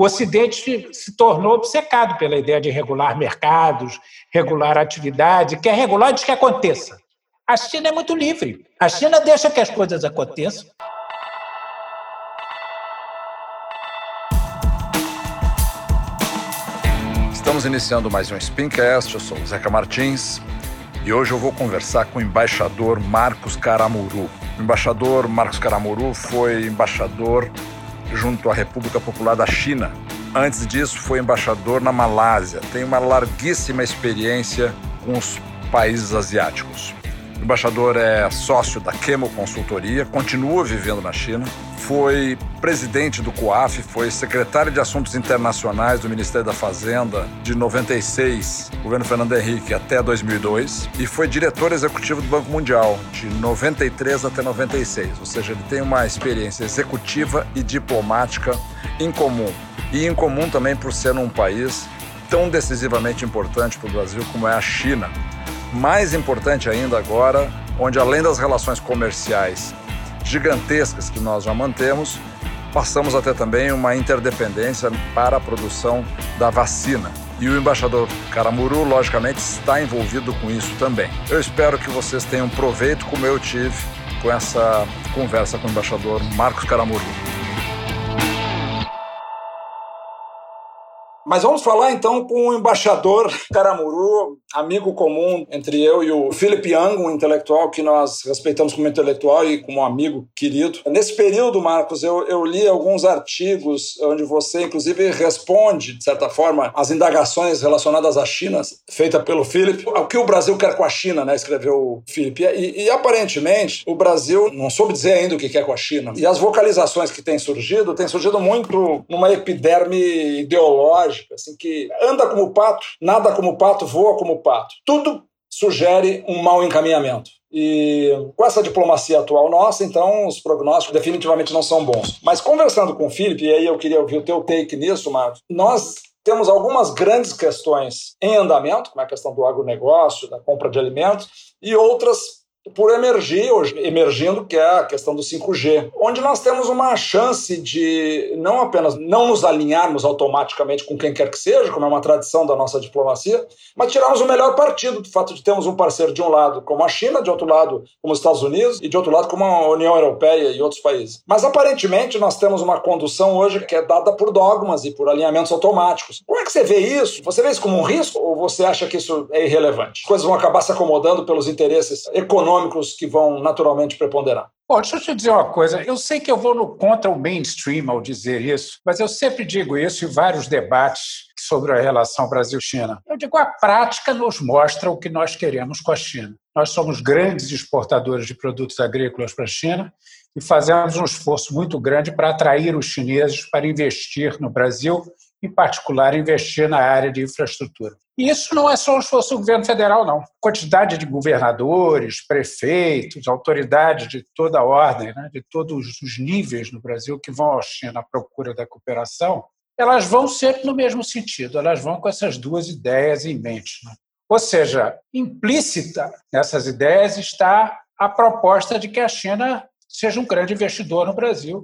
O Ocidente se tornou obcecado pela ideia de regular mercados, regular atividade, quer regular antes que aconteça. A China é muito livre. A China deixa que as coisas aconteçam. Estamos iniciando mais um Spincast, eu sou o Zeca Martins e hoje eu vou conversar com o embaixador Marcos Caramuru. O embaixador Marcos Caramuru foi embaixador junto à República Popular da China. Antes disso, foi embaixador na Malásia. Tem uma larguíssima experiência com os países asiáticos. O embaixador é sócio da Camel Consultoria, continua vivendo na China, foi presidente do COAF, foi secretário de Assuntos Internacionais do Ministério da Fazenda de 96, governo Fernando Henrique, até 2002, e foi diretor executivo do Banco Mundial de 93 até 96, ou seja, ele tem uma experiência executiva e diplomática incomum. E incomum também por ser um país tão decisivamente importante para o Brasil como é a China. Mais importante ainda agora, onde além das relações comerciais gigantescas que nós já mantemos, passamos a ter também uma interdependência para a produção da vacina. E o embaixador Caramuru, logicamente, está envolvido com isso também. Eu espero que vocês tenham proveito, como eu tive, com essa conversa com o embaixador Marcos Caramuru. Mas vamos falar então com o embaixador Caramuru, amigo comum entre eu e o Philip Yang, um intelectual que nós respeitamos como intelectual e como amigo querido. Nesse período, Marcos, eu li alguns artigos onde você, inclusive, responde, de certa forma, às indagações relacionadas à China, feita pelo Philip. O que o Brasil quer com a China, né? Escreveu o Philip. E aparentemente, o Brasil não soube dizer ainda o que quer com a China. E as vocalizações que têm surgido muito numa epiderme ideológica, assim, que anda como pato, nada como pato, voa como pato. Tudo sugere um mau encaminhamento. E com essa diplomacia atual nossa, então, os prognósticos definitivamente não são bons. Mas conversando com o Felipe, e aí eu queria ouvir o teu take nisso, Marcos, nós temos algumas grandes questões em andamento, como a questão do agronegócio, da compra de alimentos, e outras por emergindo, que é a questão do 5G, onde nós temos uma chance de não apenas não nos alinharmos automaticamente com quem quer que seja, como é uma tradição da nossa diplomacia, mas tirarmos o melhor partido do fato de termos um parceiro de um lado como a China, de outro lado como os Estados Unidos e de outro lado como a União Europeia e outros países. Mas aparentemente nós temos uma condução hoje que é dada por dogmas e por alinhamentos automáticos. Como é que você vê isso? Você vê isso como um risco ou você acha que isso é irrelevante? As coisas vão acabar se acomodando pelos interesses econômicos que vão naturalmente preponderar. Bom, deixa eu te dizer uma coisa. Eu sei que eu vou contra o mainstream ao dizer isso, mas eu sempre digo isso em vários debates sobre a relação Brasil-China. Eu digo, a prática nos mostra o que nós queremos com a China. Nós somos grandes exportadores de produtos agrícolas para a China e fazemos um esforço muito grande para atrair os chineses para investir no Brasil, em particular, investir na área de infraestrutura. E isso não é só um esforço do governo federal, não. A quantidade de governadores, prefeitos, autoridades de toda a ordem, né, de todos os níveis no Brasil que vão à China à procura da cooperação, elas vão sempre no mesmo sentido, elas vão com essas duas ideias em mente, né? Ou seja, implícita nessas ideias está a proposta de que a China seja um grande investidor no Brasil,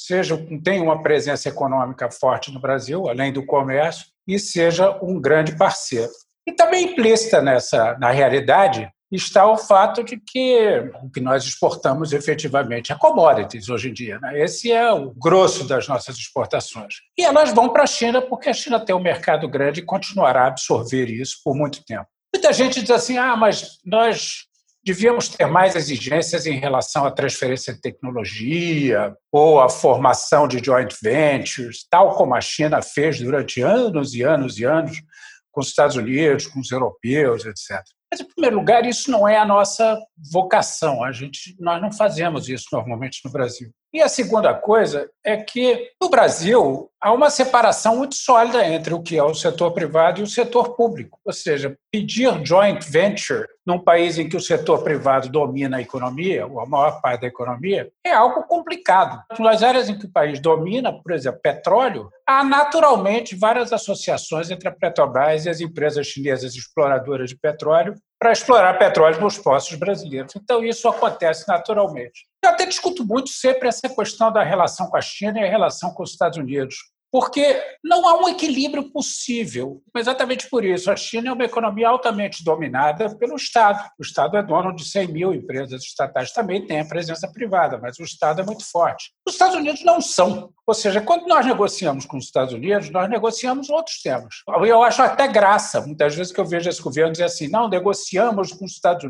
tenha uma presença econômica forte no Brasil, além do comércio, e seja um grande parceiro. E também implícita na realidade está o fato de que o que nós exportamos efetivamente é commodities hoje em dia, né? Esse é o grosso das nossas exportações. E elas vão para a China porque a China tem um mercado grande e continuará a absorver isso por muito tempo. Muita gente diz assim, mas nós devíamos ter mais exigências em relação à transferência de tecnologia ou à formação de joint ventures, tal como a China fez durante anos e anos e anos com os Estados Unidos, com os europeus, etc. Mas, em primeiro lugar, isso não é a nossa vocação. Nós não fazemos isso normalmente no Brasil. E a segunda coisa é que, no Brasil, há uma separação muito sólida entre o que é o setor privado e o setor público. Ou seja, pedir joint venture num país em que o setor privado domina a economia, ou a maior parte da economia, é algo complicado. Nas áreas em que o país domina, por exemplo, petróleo, há naturalmente várias associações entre a Petrobras e as empresas chinesas exploradoras de petróleo para explorar petróleo nos poços brasileiros. Então, isso acontece naturalmente. Eu até discuto muito sempre essa questão da relação com a China e a relação com os Estados Unidos. porque não há um equilíbrio possível. Exatamente por isso, a China é uma economia altamente dominada pelo Estado. O Estado é dono de 100 mil empresas estatais, também tem a presença privada, mas o Estado é muito forte. Os Estados Unidos não são. Ou seja, quando nós negociamos com os Estados Unidos, nós negociamos outros temas. Eu acho até graça, muitas vezes, que eu vejo esse governo dizer assim, não, negociamos com os Estados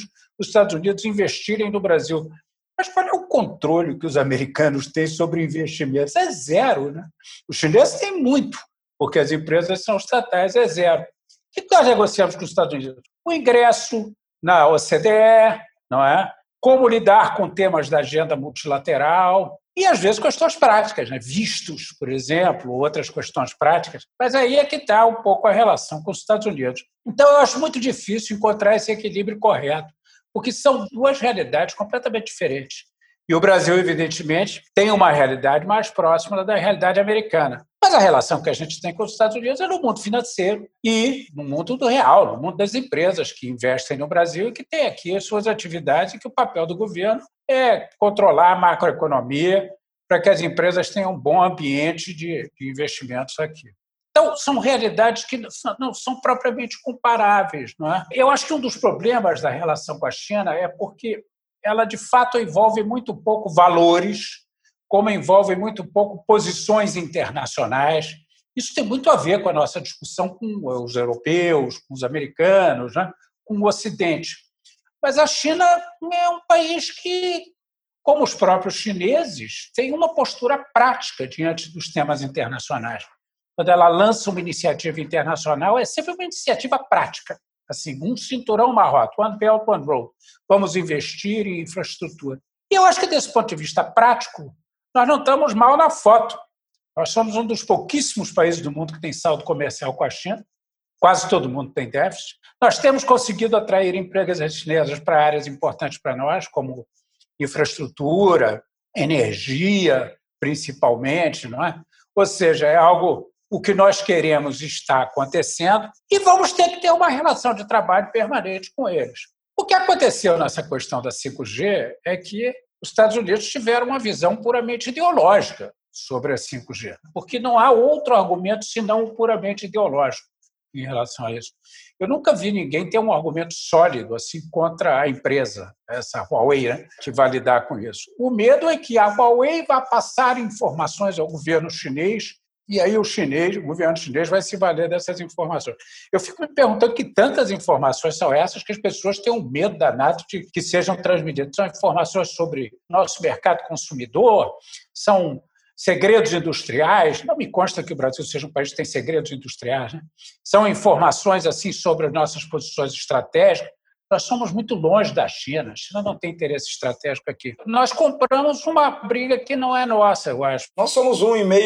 Unidos investirem no Brasil. Mas qual é o controle que os americanos têm sobre investimentos? É zero, né? Os chineses têm muito, porque as empresas são estatais, é zero. O que nós negociamos com os Estados Unidos? O ingresso na OCDE, não é? Como lidar com temas da agenda multilateral e, às vezes, questões práticas, né? Vistos, por exemplo, outras questões práticas. Mas aí é que está um pouco a relação com os Estados Unidos. Então, eu acho muito difícil encontrar esse equilíbrio correto, porque são duas realidades completamente diferentes. E o Brasil, evidentemente, tem uma realidade mais próxima da realidade americana. Mas a relação que a gente tem com os Estados Unidos é no mundo financeiro e no mundo do real, no mundo das empresas que investem no Brasil e que têm aqui as suas atividades e que o papel do governo é controlar a macroeconomia para que as empresas tenham um bom ambiente de investimentos aqui. Então, são realidades que não são propriamente comparáveis, não é? Eu acho que um dos problemas da relação com a China é porque ela, de fato, envolve muito pouco valores, como envolve muito pouco posições internacionais. Isso tem muito a ver com a nossa discussão com os europeus, com os americanos, né? Com o Ocidente. Mas a China é um país que, como os próprios chineses, tem uma postura prática diante dos temas internacionais. Quando ela lança uma iniciativa internacional, é sempre uma iniciativa prática. Assim, um cinturão, uma rota, One Belt, One Road. Vamos investir em infraestrutura. E eu acho que, desse ponto de vista prático, nós não estamos mal na foto. Nós somos um dos pouquíssimos países do mundo que tem saldo comercial com a China. Quase todo mundo tem déficit. Nós temos conseguido atrair empresas chinesas para áreas importantes para nós, como infraestrutura, energia, principalmente, não é? Ou seja, é algo... O que nós queremos está acontecendo e vamos ter que ter uma relação de trabalho permanente com eles. O que aconteceu nessa questão da 5G é que os Estados Unidos tiveram uma visão puramente ideológica sobre a 5G, porque não há outro argumento senão o puramente ideológico em relação a isso. Eu nunca vi ninguém ter um argumento sólido assim contra a empresa, essa Huawei, né, que vai lidar com isso. O medo é que a Huawei vá passar informações ao governo chinês e aí o governo chinês vai se valer dessas informações. Eu fico me perguntando que tantas informações são essas que as pessoas têm um medo danado de que sejam transmitidas. São informações sobre nosso mercado consumidor, são segredos industriais. Não me consta que o Brasil seja um país que tem segredos industriais, né? São informações assim sobre as nossas posições estratégicas. Nós somos muito longe da China. A China não tem interesse estratégico aqui. Nós compramos uma briga que não é nossa, eu acho. Nós somos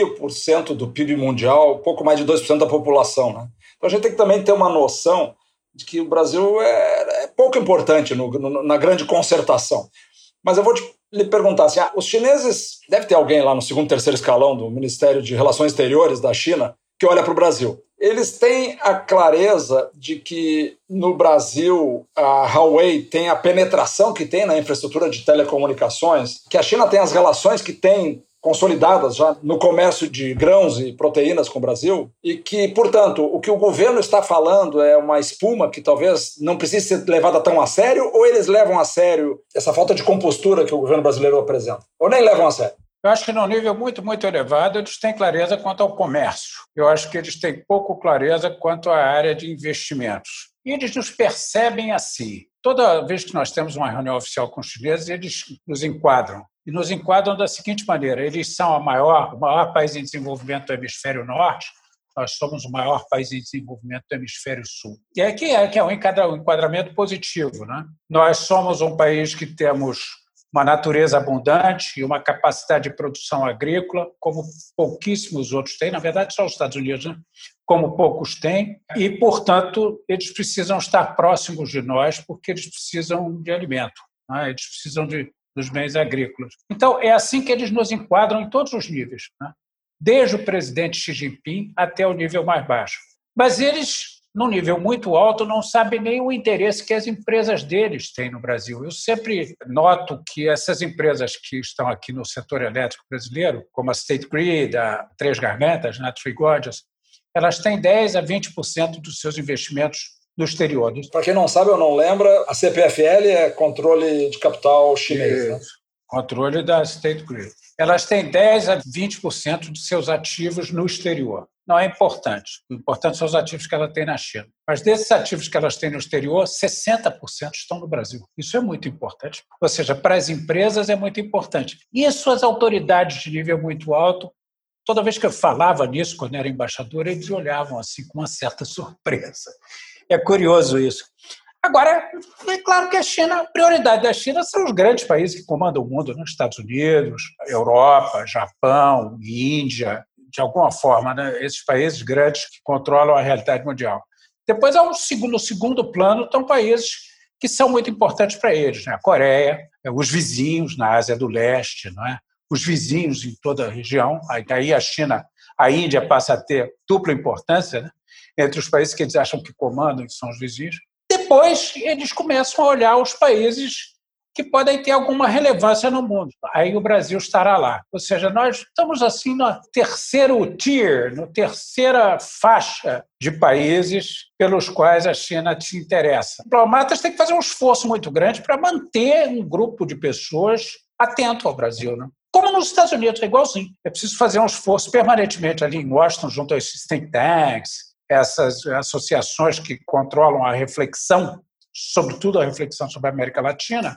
1,5% do PIB mundial, pouco mais de 2% da população, né? Então a gente tem que também ter uma noção de que o Brasil é pouco importante na grande concertação. Mas eu vou lhe perguntar assim, os chineses, deve ter alguém lá no segundo, terceiro escalão do Ministério de Relações Exteriores da China que olha para o Brasil. Eles têm a clareza de que no Brasil a Huawei tem a penetração que tem na infraestrutura de telecomunicações, que a China tem as relações que tem consolidadas já no comércio de grãos e proteínas com o Brasil, e que, portanto, o que o governo está falando é uma espuma que talvez não precise ser levada tão a sério, ou eles levam a sério essa falta de compostura que o governo brasileiro apresenta? Ou nem levam a sério? Eu acho que num nível muito, muito elevado, eles têm clareza quanto ao comércio. Eu acho que eles têm pouco clareza quanto à área de investimentos. E eles nos percebem assim. Toda vez que nós temos uma reunião oficial com os chineses, eles nos enquadram. E nos enquadram da seguinte maneira: eles são o maior país em desenvolvimento do hemisfério norte, nós somos o maior país em desenvolvimento do hemisfério sul. E aqui que é um enquadramento positivo, né? Nós somos um país que temos uma natureza abundante e uma capacidade de produção agrícola, como pouquíssimos outros têm, na verdade só os Estados Unidos, né? Como poucos têm, e, portanto, eles precisam estar próximos de nós porque eles precisam de alimento, né? Eles precisam dos bens agrícolas. Então, é assim que eles nos enquadram em todos os níveis, né? Desde o presidente Xi Jinping até o nível mais baixo. Mas eles num nível muito alto, não sabem nem o interesse que as empresas deles têm no Brasil. Eu sempre noto que essas empresas que estão aqui no setor elétrico brasileiro, como a State Grid, a Três Gargantas, a Three Gorges, elas têm 10% a 20% dos seus investimentos no exterior. Para quem não sabe ou não lembra, a CPFL é controle de capital chinês, né? Controle da State Grid. Elas têm 10% a 20% de seus ativos no exterior. Não é importante. O importante são os ativos que ela tem na China. Mas desses ativos que elas têm no exterior, 60% estão no Brasil. Isso é muito importante. Ou seja, para as empresas é muito importante. Isso as autoridades de nível muito alto, toda vez que eu falava nisso, quando era embaixador, eles olhavam assim com uma certa surpresa. É curioso isso. Agora, é claro que a prioridade da China são os grandes países que comandam o mundo, né? Estados Unidos, Europa, Japão, Índia, de alguma forma, né? Esses países grandes que controlam a realidade mundial. Depois, no segundo plano, estão países que são muito importantes para eles, né? A Coreia, os vizinhos na Ásia do Leste, não é? Os vizinhos em toda a região. Aí a China, a Índia passa a ter dupla importância, né? Entre os países que eles acham que comandam, que são os vizinhos. Depois, eles começam a olhar os países que podem ter alguma relevância no mundo. Aí o Brasil estará lá. Ou seja, nós estamos assim no terceiro tier, na terceira faixa de países pelos quais a China se interessa. Os diplomatas têm que fazer um esforço muito grande para manter um grupo de pessoas atento ao Brasil, né? Como nos Estados Unidos, é igualzinho. É preciso fazer um esforço permanentemente ali em Washington, junto a esses think tanks, essas associações que controlam a reflexão, sobretudo a reflexão sobre a América Latina,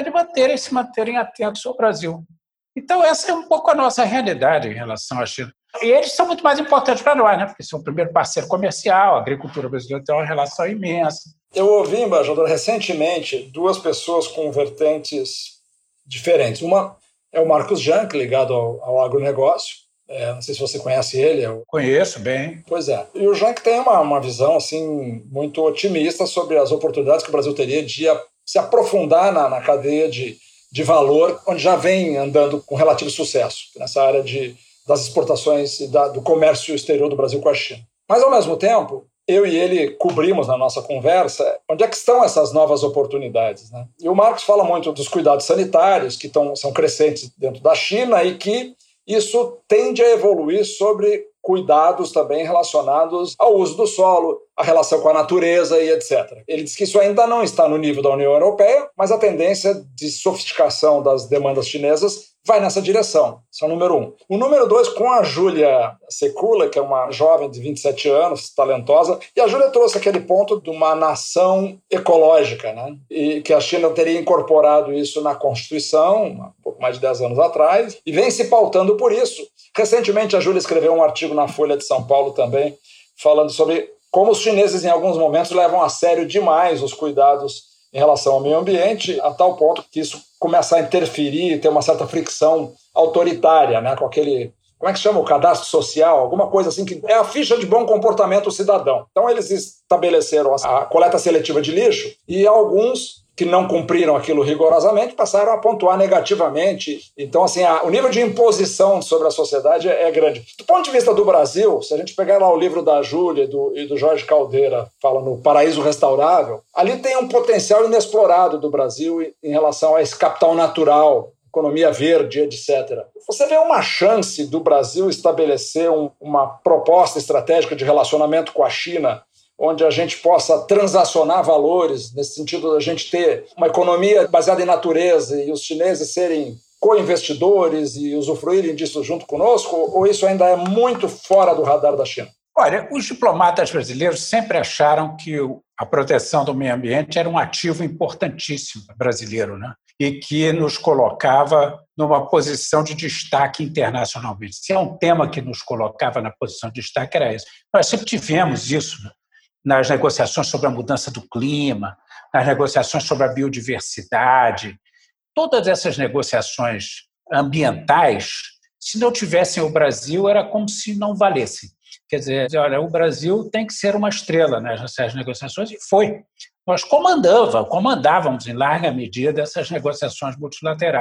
de se manterem atentos ao Brasil. Então, essa é um pouco a nossa realidade em relação à China. E eles são muito mais importantes para nós, né? Porque são o primeiro parceiro comercial, a agricultura brasileira tem uma relação imensa. Eu ouvi, embaixador, recentemente, duas pessoas com vertentes diferentes. Uma é o Marcos Janck, ligado ao agronegócio. Não sei se você conhece ele. Conheço bem. Pois é. E o Janck tem uma visão assim, muito otimista sobre as oportunidades que o Brasil teria de se aprofundar na cadeia de valor, onde já vem andando com relativo sucesso, nessa área das exportações e do comércio exterior do Brasil com a China. Mas, ao mesmo tempo, eu e ele cobrimos na nossa conversa onde é que estão essas novas oportunidades, né? E o Marcos fala muito dos cuidados sanitários que são crescentes dentro da China e que isso tende a evoluir sobre cuidados também relacionados ao uso do solo, a relação com a natureza e etc. Ele diz que isso ainda não está no nível da União Europeia, mas a tendência de sofisticação das demandas chinesas vai nessa direção. Esse é o número 1. O número 2, com a Júlia Secula, que é uma jovem de 27 anos, talentosa, e a Júlia trouxe aquele ponto de uma nação ecológica, né? E que a China teria incorporado isso na Constituição, um pouco mais de 10 anos atrás, e vem se pautando por isso. Recentemente, a Júlia escreveu um artigo na Folha de São Paulo também, falando sobre como os chineses, em alguns momentos, levam a sério demais os cuidados em relação ao meio ambiente, a tal ponto que isso começa a interferir, ter uma certa fricção autoritária, né, com aquele, como é que chama, o cadastro social, alguma coisa assim, que é a ficha de bom comportamento cidadão. Então eles estabeleceram a coleta seletiva de lixo e alguns que não cumpriram aquilo rigorosamente passaram a pontuar negativamente. Então, assim, o nível de imposição sobre a sociedade é grande. Do ponto de vista do Brasil, se a gente pegar lá o livro da Júlia e do Jorge Caldeira, fala no Paraíso Restaurável, ali tem um potencial inexplorado do Brasil em relação a esse capital natural, economia verde, etc. Você vê uma chance do Brasil estabelecer uma proposta estratégica de relacionamento com a China, onde a gente possa transacionar valores, nesse sentido da gente ter uma economia baseada em natureza e os chineses serem co-investidores e usufruírem disso junto conosco, ou isso ainda é muito fora do radar da China? Olha, os diplomatas brasileiros sempre acharam que a proteção do meio ambiente era um ativo importantíssimo brasileiro, né? E que nos colocava numa posição de destaque internacionalmente. Se é um tema que nos colocava na posição de destaque, era esse. Nós sempre tivemos isso, né? Nas negociações sobre a mudança do clima, nas negociações sobre a biodiversidade. Todas essas negociações ambientais, se não tivessem o Brasil, era como se não valessem. Quer dizer, olha, o Brasil tem que ser uma estrela nessas negociações, e foi. Nós comandávamos em larga medida essas negociações multilaterais.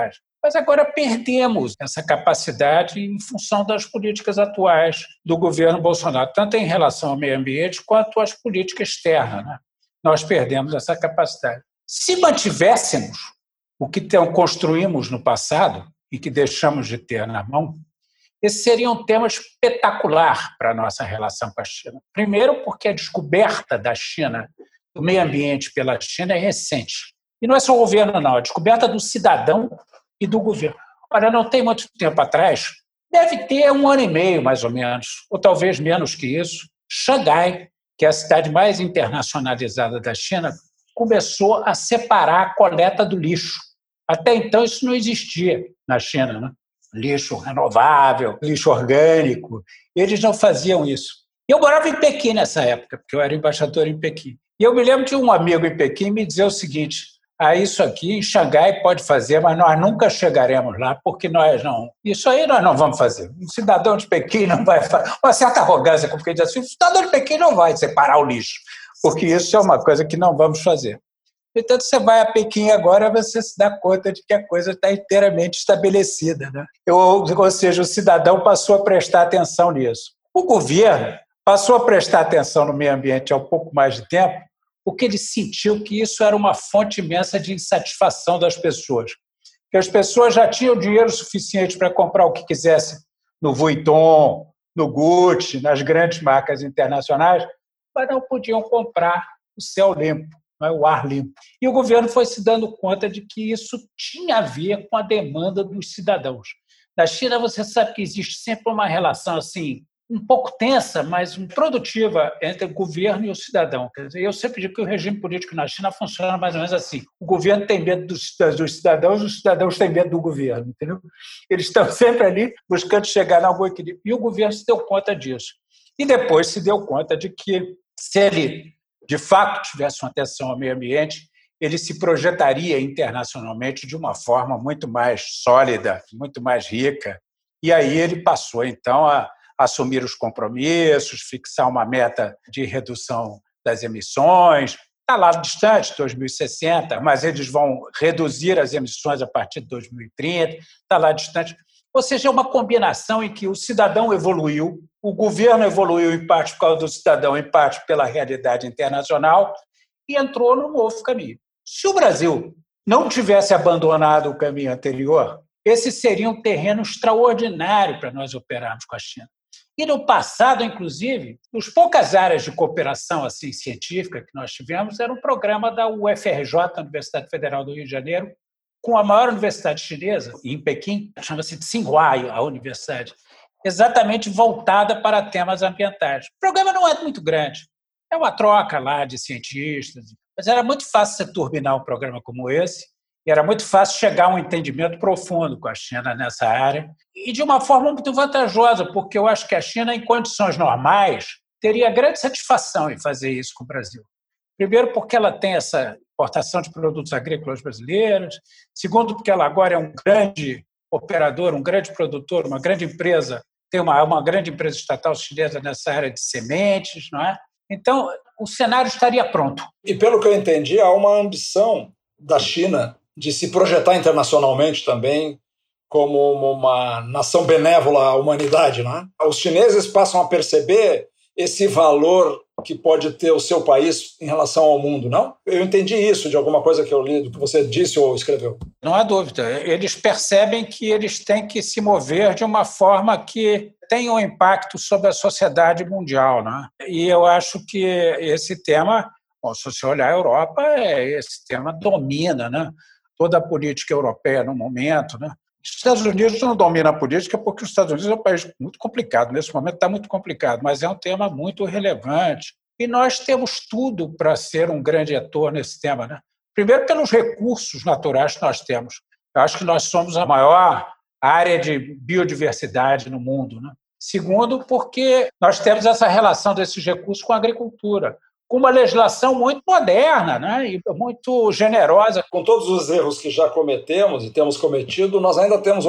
Mas agora perdemos essa capacidade em função das políticas atuais do governo Bolsonaro, tanto em relação ao meio ambiente quanto às políticas externas, né? Nós perdemos essa capacidade. Se mantivéssemos o que construímos no passado e que deixamos de ter na mão, esse seria um tema espetacular para a nossa relação com a China. Primeiro, porque a descoberta da China, do meio ambiente pela China, é recente. E não é só o governo, não, é a descoberta do cidadão e do governo. Olha, não tem muito tempo atrás, deve ter 1 ano e meio, mais ou menos, ou talvez menos que isso, Xangai, que é a cidade mais internacionalizada da China, começou a separar a coleta do lixo. Até então isso não existia na China, né? Lixo renovável, lixo orgânico. Eles não faziam isso. Eu morava em Pequim nessa época, porque eu era embaixador em Pequim. E eu me lembro de um amigo em Pequim me dizer o seguinte: isso aqui em Xangai pode fazer, mas nós nunca chegaremos lá, porque nós não. Isso aí nós não vamos fazer. Um cidadão de Pequim não vai fazer. Uma certa arrogância, porque diz assim: o cidadão de Pequim não vai separar o lixo, porque isso é uma coisa que não vamos fazer. Portanto, você vai a Pequim agora, você se dá conta de que a coisa está inteiramente estabelecida, né? Ou seja, o cidadão passou a prestar atenção nisso. O governo passou a prestar atenção no meio ambiente há um pouco mais de tempo, porque ele sentiu que isso era uma fonte imensa de insatisfação das pessoas. Que as pessoas já tinham dinheiro suficiente para comprar o que quisessem no Vuitton, no Gucci, nas grandes marcas internacionais, mas não podiam comprar o céu limpo, o ar limpo. E o governo foi se dando conta de que isso tinha a ver com a demanda dos cidadãos. Na China, você sabe que existe sempre uma relação assim, um pouco tensa, mas produtiva entre o governo e o cidadão. Quer dizer, eu sempre digo que o regime político na China funciona mais ou menos assim. O governo tem medo dos cidadãos, os cidadãos têm medo do governo. Entendeu? Eles estão sempre ali buscando chegar em algum equilíbrio. E o governo se deu conta disso. E depois se deu conta de que, se ele de fato tivesse uma atenção ao meio ambiente, ele se projetaria internacionalmente de uma forma muito mais sólida, muito mais rica. E aí ele passou, então, a assumir os compromissos, fixar uma meta de redução das emissões. Está lá distante, 2060, mas eles vão reduzir as emissões a partir de 2030. Está lá distante. Ou seja, é uma combinação em que o cidadão evoluiu, o governo evoluiu em parte por causa do cidadão, em parte pela realidade internacional, e entrou num novo caminho. Se o Brasil não tivesse abandonado o caminho anterior, esse seria um terreno extraordinário para nós operarmos com a China. E no passado, inclusive, as poucas áreas de cooperação assim, científica que nós tivemos era um programa da UFRJ, Universidade Federal do Rio de Janeiro, com a maior universidade chinesa, em Pequim, chama-se Tsinghua, a universidade, exatamente voltada para temas ambientais. O programa não é muito grande, é uma troca lá de cientistas, mas era muito fácil você turbinar um programa como esse, e era muito fácil chegar a um entendimento profundo com a China nessa área, e de uma forma muito vantajosa, porque eu acho que a China, em condições normais, teria grande satisfação em fazer isso com o Brasil. Primeiro, porque ela tem essa importação de produtos agrícolas brasileiros. Segundo, porque ela agora é um grande operador, um grande produtor, uma grande empresa, tem uma grande empresa estatal chinesa nessa área de sementes, não é? Então, o cenário estaria pronto. E pelo que eu entendi, há uma ambição da China de se projetar internacionalmente também como uma nação benévola à humanidade, não é? Os chineses passam a perceber esse valor que pode ter o seu país em relação ao mundo, não? Eu entendi isso de alguma coisa que eu li, do que você disse ou escreveu. Não há dúvida. Eles percebem que eles têm que se mover de uma forma que tenha um impacto sobre a sociedade mundial, né? E eu acho que esse tema, bom, se você olhar a Europa, esse tema domina, né? Toda a política europeia no momento, né? Os Estados Unidos não dominam a política porque os Estados Unidos é um país muito complicado. Nesse momento está muito complicado, mas é um tema muito relevante. E nós temos tudo para ser um grande ator nesse tema, né? Primeiro, pelos recursos naturais que nós temos. Eu acho que nós somos a maior área de biodiversidade no mundo, né? Segundo, porque nós temos essa relação desses recursos com a agricultura, com uma legislação muito moderna, né, e muito generosa. Com todos os erros que já cometemos e temos cometido, nós ainda temos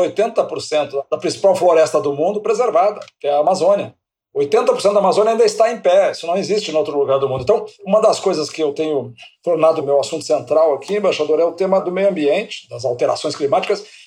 80% da principal floresta do mundo preservada, que é a Amazônia. 80% da Amazônia ainda está em pé, isso não existe em outro lugar do mundo. Então, uma das coisas que eu tenho tornado meu assunto central aqui, embaixador, é o tema do meio ambiente, das alterações climáticas,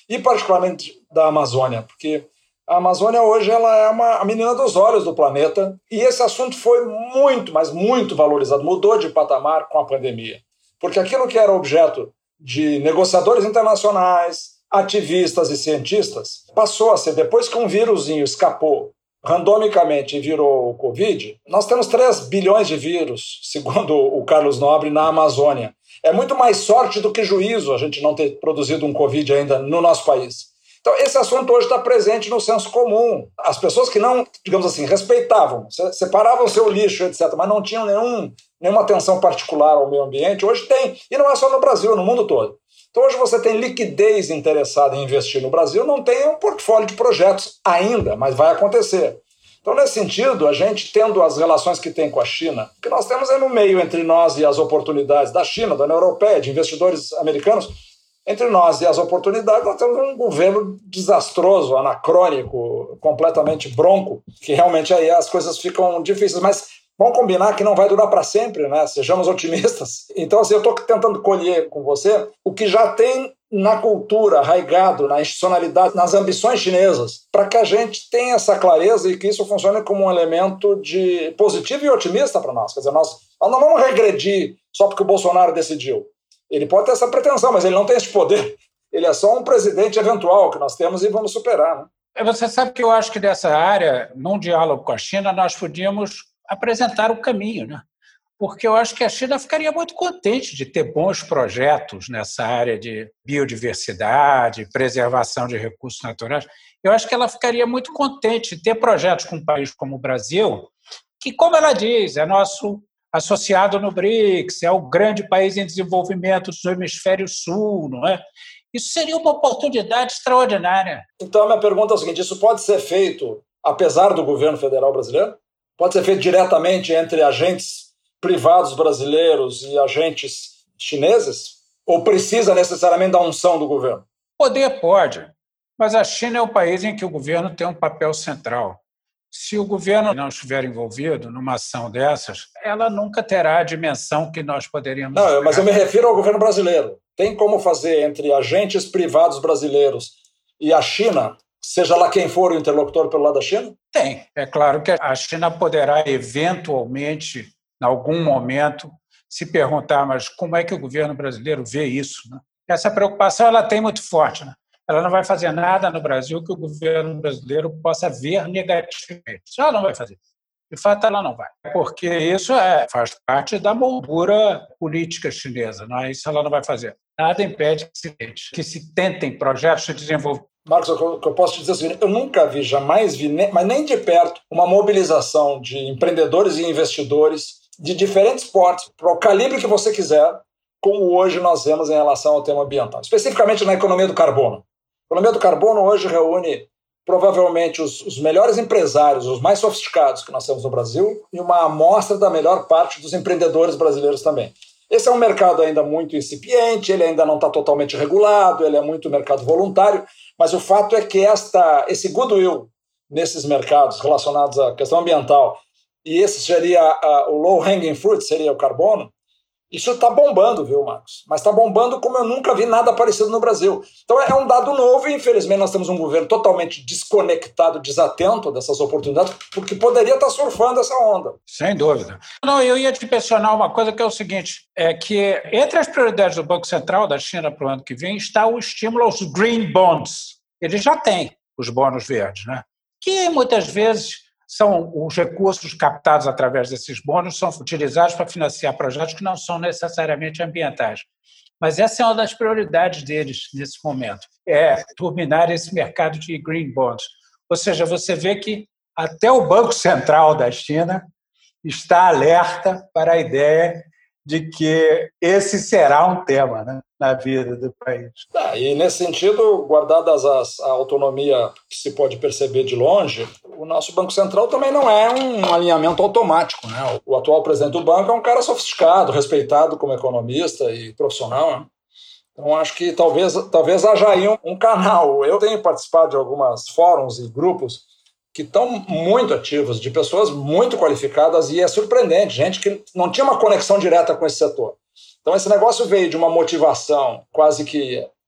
e particularmente da Amazônia, porque a Amazônia hoje ela é a menina dos olhos do planeta e esse assunto foi muito, mas muito valorizado, mudou de patamar com a pandemia. Porque aquilo que era objeto de negociadores internacionais, ativistas e cientistas, passou a ser, depois que um vírusinho escapou randomicamente e virou o Covid, nós temos 3 bilhões de vírus, segundo o Carlos Nobre, na Amazônia. É muito mais sorte do que juízo a gente não ter produzido um Covid ainda no nosso país. Então, esse assunto hoje está presente no senso comum. As pessoas que não, digamos assim, respeitavam, separavam seu lixo, etc., mas não tinham nenhuma atenção particular ao meio ambiente, hoje tem. E não é só no Brasil, é no mundo todo. Então, hoje você tem liquidez interessada em investir no Brasil, não tem um portfólio de projetos ainda, mas vai acontecer. Então, nesse sentido, a gente tendo as relações que tem com a China, o que nós temos é no meio entre nós e as oportunidades da China, da União Europeia, de investidores americanos, entre nós e as oportunidades, nós temos um governo desastroso, anacrônico, completamente bronco, que realmente aí as coisas ficam difíceis, mas vamos combinar que não vai durar para sempre, né? Sejamos otimistas. Então, assim, eu estou tentando colher com você o que já tem na cultura, arraigado, na institucionalidade, nas ambições chinesas, para que a gente tenha essa clareza e que isso funcione como um elemento de positivo e otimista para nós. Quer dizer, nós não vamos regredir só porque o Bolsonaro decidiu. Ele pode ter essa pretensão, mas ele não tem esse poder. Ele é só um presidente eventual que nós temos e vamos superar, né? Você sabe que eu acho que dessa área, num diálogo com a China, nós podíamos apresentar o caminho, né? Porque eu acho que a China ficaria muito contente de ter bons projetos nessa área de biodiversidade, preservação de recursos naturais. Eu acho que ela ficaria muito contente de ter projetos com um país como o Brasil, que, como ela diz, é nosso associado no BRICS, é o grande país em desenvolvimento do hemisfério sul, não é? Isso seria uma oportunidade extraordinária. Então, a minha pergunta é a seguinte, isso pode ser feito, apesar do governo federal brasileiro? Pode ser feito diretamente entre agentes privados brasileiros e agentes chineses? Ou precisa necessariamente da unção do governo? Poder pode, mas a China é o país em que o governo tem um papel central. Se o governo não estiver envolvido numa ação dessas, ela nunca terá a dimensão que nós poderíamos... Não, mas eu me refiro ao governo brasileiro. Tem como fazer entre agentes privados brasileiros e a China, seja lá quem for o interlocutor pelo lado da China? Tem. É claro que a China poderá, eventualmente, em algum momento, se perguntar, mas como é que o governo brasileiro vê isso, né? Essa preocupação ela tem muito forte, né? Ela não vai fazer nada no Brasil que o governo brasileiro possa ver negativamente. Isso ela não vai fazer. De fato, ela não vai. Porque isso faz parte da moldura política chinesa. Não é? Isso ela não vai fazer. Nada impede que se tentem projetos de desenvolvimento. Marcos, o que eu posso te dizer é o seguinte, eu nunca vi, jamais vi, mas nem de perto, uma mobilização de empreendedores e investidores de diferentes portes, para o calibre que você quiser, como hoje nós vemos em relação ao tema ambiental. Especificamente na economia do carbono. A economia do carbono hoje reúne provavelmente os melhores empresários, os mais sofisticados que nós temos no Brasil e uma amostra da melhor parte dos empreendedores brasileiros também. Esse é um mercado ainda muito incipiente, ele ainda não está totalmente regulado, ele é muito mercado voluntário, mas o fato é que esse goodwill nesses mercados relacionados à questão ambiental, e esse seria o low-hanging fruit, seria o carbono, isso está bombando, viu, Marcos? Mas está bombando como eu nunca vi nada parecido no Brasil. Então é um dado novo e, infelizmente, nós temos um governo totalmente desconectado, desatento dessas oportunidades, porque poderia estar surfando essa onda. Sem dúvida. Não, eu ia te mencionar uma coisa que é o seguinte, é que entre as prioridades do Banco Central da China para o ano que vem está o estímulo aos green bonds. Ele já tem os bônus verdes, né? Que muitas vezes são os recursos captados através desses bônus são utilizados para financiar projetos que não são necessariamente ambientais. Mas essa é uma das prioridades deles nesse momento, é turbinar esse mercado de green bonds. Ou seja, você vê que até o Banco Central da China está alerta para a ideia de que esse será um tema, né, na vida do país. E nesse sentido, guardadas a autonomia que se pode perceber de longe, o nosso Banco Central também não é um alinhamento automático, né? O atual presidente do banco é um cara sofisticado, respeitado como economista e profissional, né? Então, acho que talvez haja aí um canal. Eu tenho participado de alguns fóruns e grupos que estão muito ativos, de pessoas muito qualificadas, e é surpreendente, gente que não tinha uma conexão direta com esse setor. Então, esse negócio veio de uma motivação quase que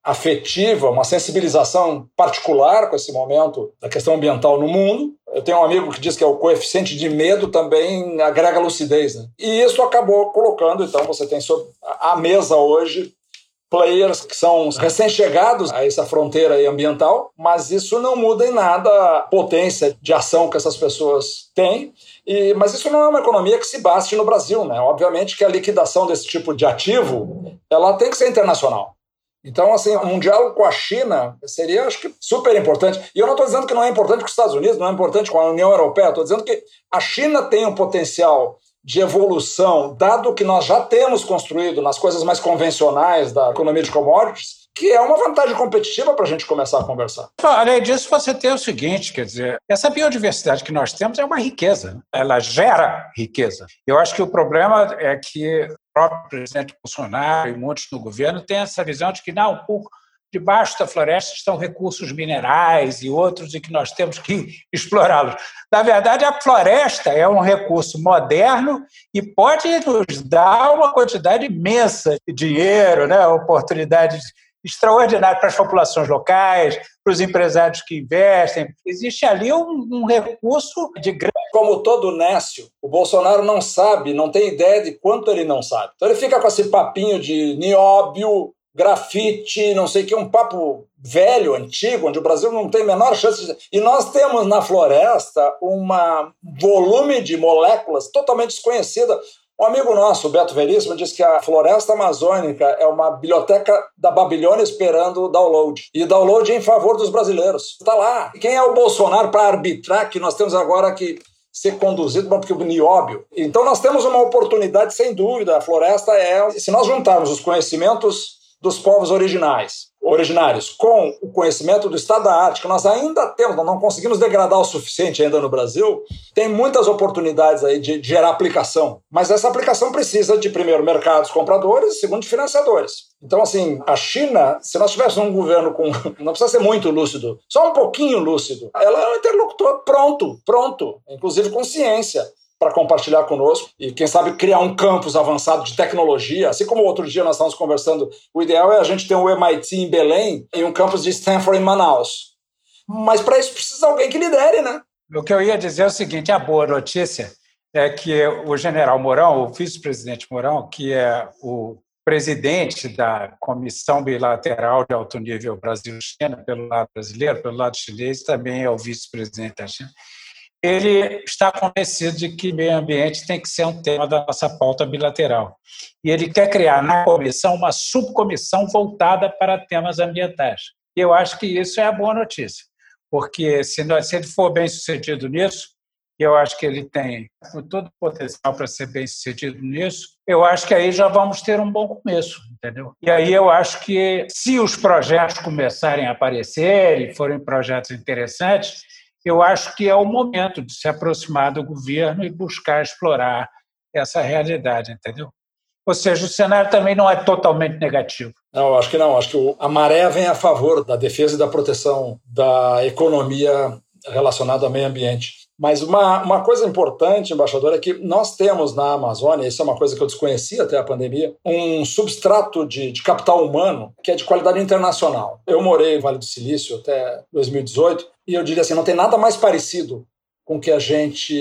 afetiva, uma sensibilização particular com esse momento da questão ambiental no mundo. Eu tenho um amigo que diz que o coeficiente de medo também agrega lucidez, né? E isso acabou colocando, então você tem sobre a mesa hoje players que são recém-chegados a essa fronteira aí ambiental, mas isso não muda em nada a potência de ação que essas pessoas têm. Mas isso não é uma economia que se baste no Brasil, né? Obviamente que a liquidação desse tipo de ativo ela tem que ser internacional. Então, assim, um diálogo com a China seria, acho que, super importante. E eu não estou dizendo que não é importante com os Estados Unidos, não é importante com a União Europeia, estou dizendo que a China tem um potencial de evolução, dado que nós já temos construído nas coisas mais convencionais da economia de commodities, que é uma vantagem competitiva para a gente começar a conversar. Além disso, você tem o seguinte, quer dizer, essa biodiversidade que nós temos é uma riqueza, ela gera riqueza. Eu acho que o problema é que o próprio presidente Bolsonaro e muitos no governo têm essa visão de que, não, por debaixo da floresta estão recursos minerais e outros e que nós temos que explorá-los. Na verdade, a floresta é um recurso moderno e pode nos dar uma quantidade imensa de dinheiro, né? Oportunidades extraordinárias para as populações locais, para os empresários que investem. Existe ali um recurso de grande... Como todo nécio, o Bolsonaro não sabe, não tem ideia de quanto ele não sabe. Então ele fica com esse papinho de nióbio, grafite, não sei o que, um papo velho, antigo, onde o Brasil não tem a menor chance de... E nós temos na floresta um volume de moléculas totalmente desconhecida. Um amigo nosso, o Beto Veríssimo, diz que a floresta amazônica é uma biblioteca da Babilônia esperando o download. E download em favor dos brasileiros. Está lá. E quem é o Bolsonaro para arbitrar que nós temos agora que ser conduzido, porque o nióbio. Então nós temos uma oportunidade, sem dúvida. A floresta se nós juntarmos os conhecimentos dos povos originários com o conhecimento do estado da arte, que nós ainda temos, nós não conseguimos degradar o suficiente ainda no Brasil, tem muitas oportunidades aí de gerar aplicação. Mas essa aplicação precisa de, primeiro, mercados compradores e, segundo, de financiadores. Então, assim, a China, se nós tivéssemos um governo com... Não precisa ser muito lúcido, só um pouquinho lúcido. Ela é um interlocutor pronto, inclusive com ciência, para compartilhar conosco e, quem sabe, criar um campus avançado de tecnologia. Assim como outro dia nós estávamos conversando, o ideal é a gente ter um MIT em Belém e um campus de Stanford em Manaus. Mas para isso precisa alguém que lidere, né? O que eu ia dizer é o seguinte, a boa notícia é que o general Mourão, o vice-presidente Mourão, que é o presidente da Comissão Bilateral de Alto Nível Brasil-China, pelo lado brasileiro, pelo lado chinês, também é o vice-presidente da China. Ele está convencido de que meio ambiente tem que ser um tema da nossa pauta bilateral. E ele quer criar na comissão uma subcomissão voltada para temas ambientais. E eu acho que isso é a boa notícia, porque se ele for bem sucedido nisso, eu acho que ele tem todo o potencial para ser bem sucedido nisso, eu acho que aí já vamos ter um bom começo, entendeu? E aí eu acho que se os projetos começarem a aparecer e forem projetos interessantes, eu acho que é o momento de se aproximar do governo e buscar explorar essa realidade, entendeu? Ou seja, o cenário também não é totalmente negativo. Não, acho que não. Acho que a maré vem a favor da defesa e da proteção da economia relacionada ao meio ambiente. Mas uma coisa importante, embaixador, é que nós temos na Amazônia, isso é uma coisa que eu desconhecia até a pandemia, um substrato de capital humano que é de qualidade internacional. Eu morei no Vale do Silício até 2018 e eu diria assim, não tem nada mais parecido com o que a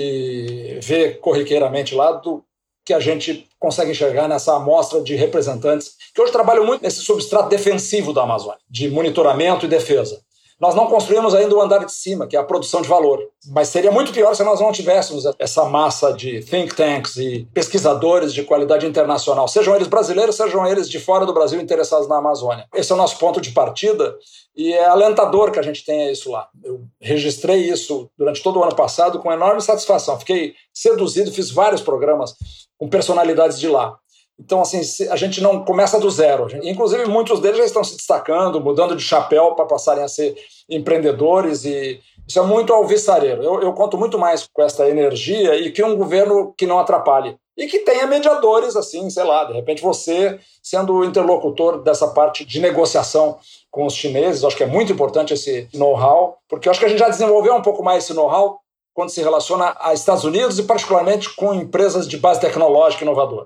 gente vê corriqueiramente lá do que a gente consegue enxergar nessa amostra de representantes que hoje trabalham muito nesse substrato defensivo da Amazônia, de monitoramento e defesa. Nós não construímos ainda o andar de cima, que é a produção de valor. Mas seria muito pior se nós não tivéssemos essa massa de think tanks e pesquisadores de qualidade internacional, sejam eles brasileiros, sejam eles de fora do Brasil interessados na Amazônia. Esse é o nosso ponto de partida e é alentador que a gente tenha isso lá. Eu registrei isso durante todo o ano passado com enorme satisfação. Fiquei seduzido, fiz vários programas com personalidades de lá. Então, assim, a gente não começa do zero. Inclusive, muitos deles já estão se destacando, mudando de chapéu para passarem a ser empreendedores e isso é muito alvissareiro. Eu conto muito mais com essa energia e que um governo que não atrapalhe. E que tenha mediadores, assim, sei lá, de repente você sendo o interlocutor dessa parte de negociação com os chineses. Eu acho que é muito importante esse know-how, porque eu acho que a gente já desenvolveu um pouco mais esse know-how quando se relaciona a Estados Unidos e particularmente com empresas de base tecnológica inovadora.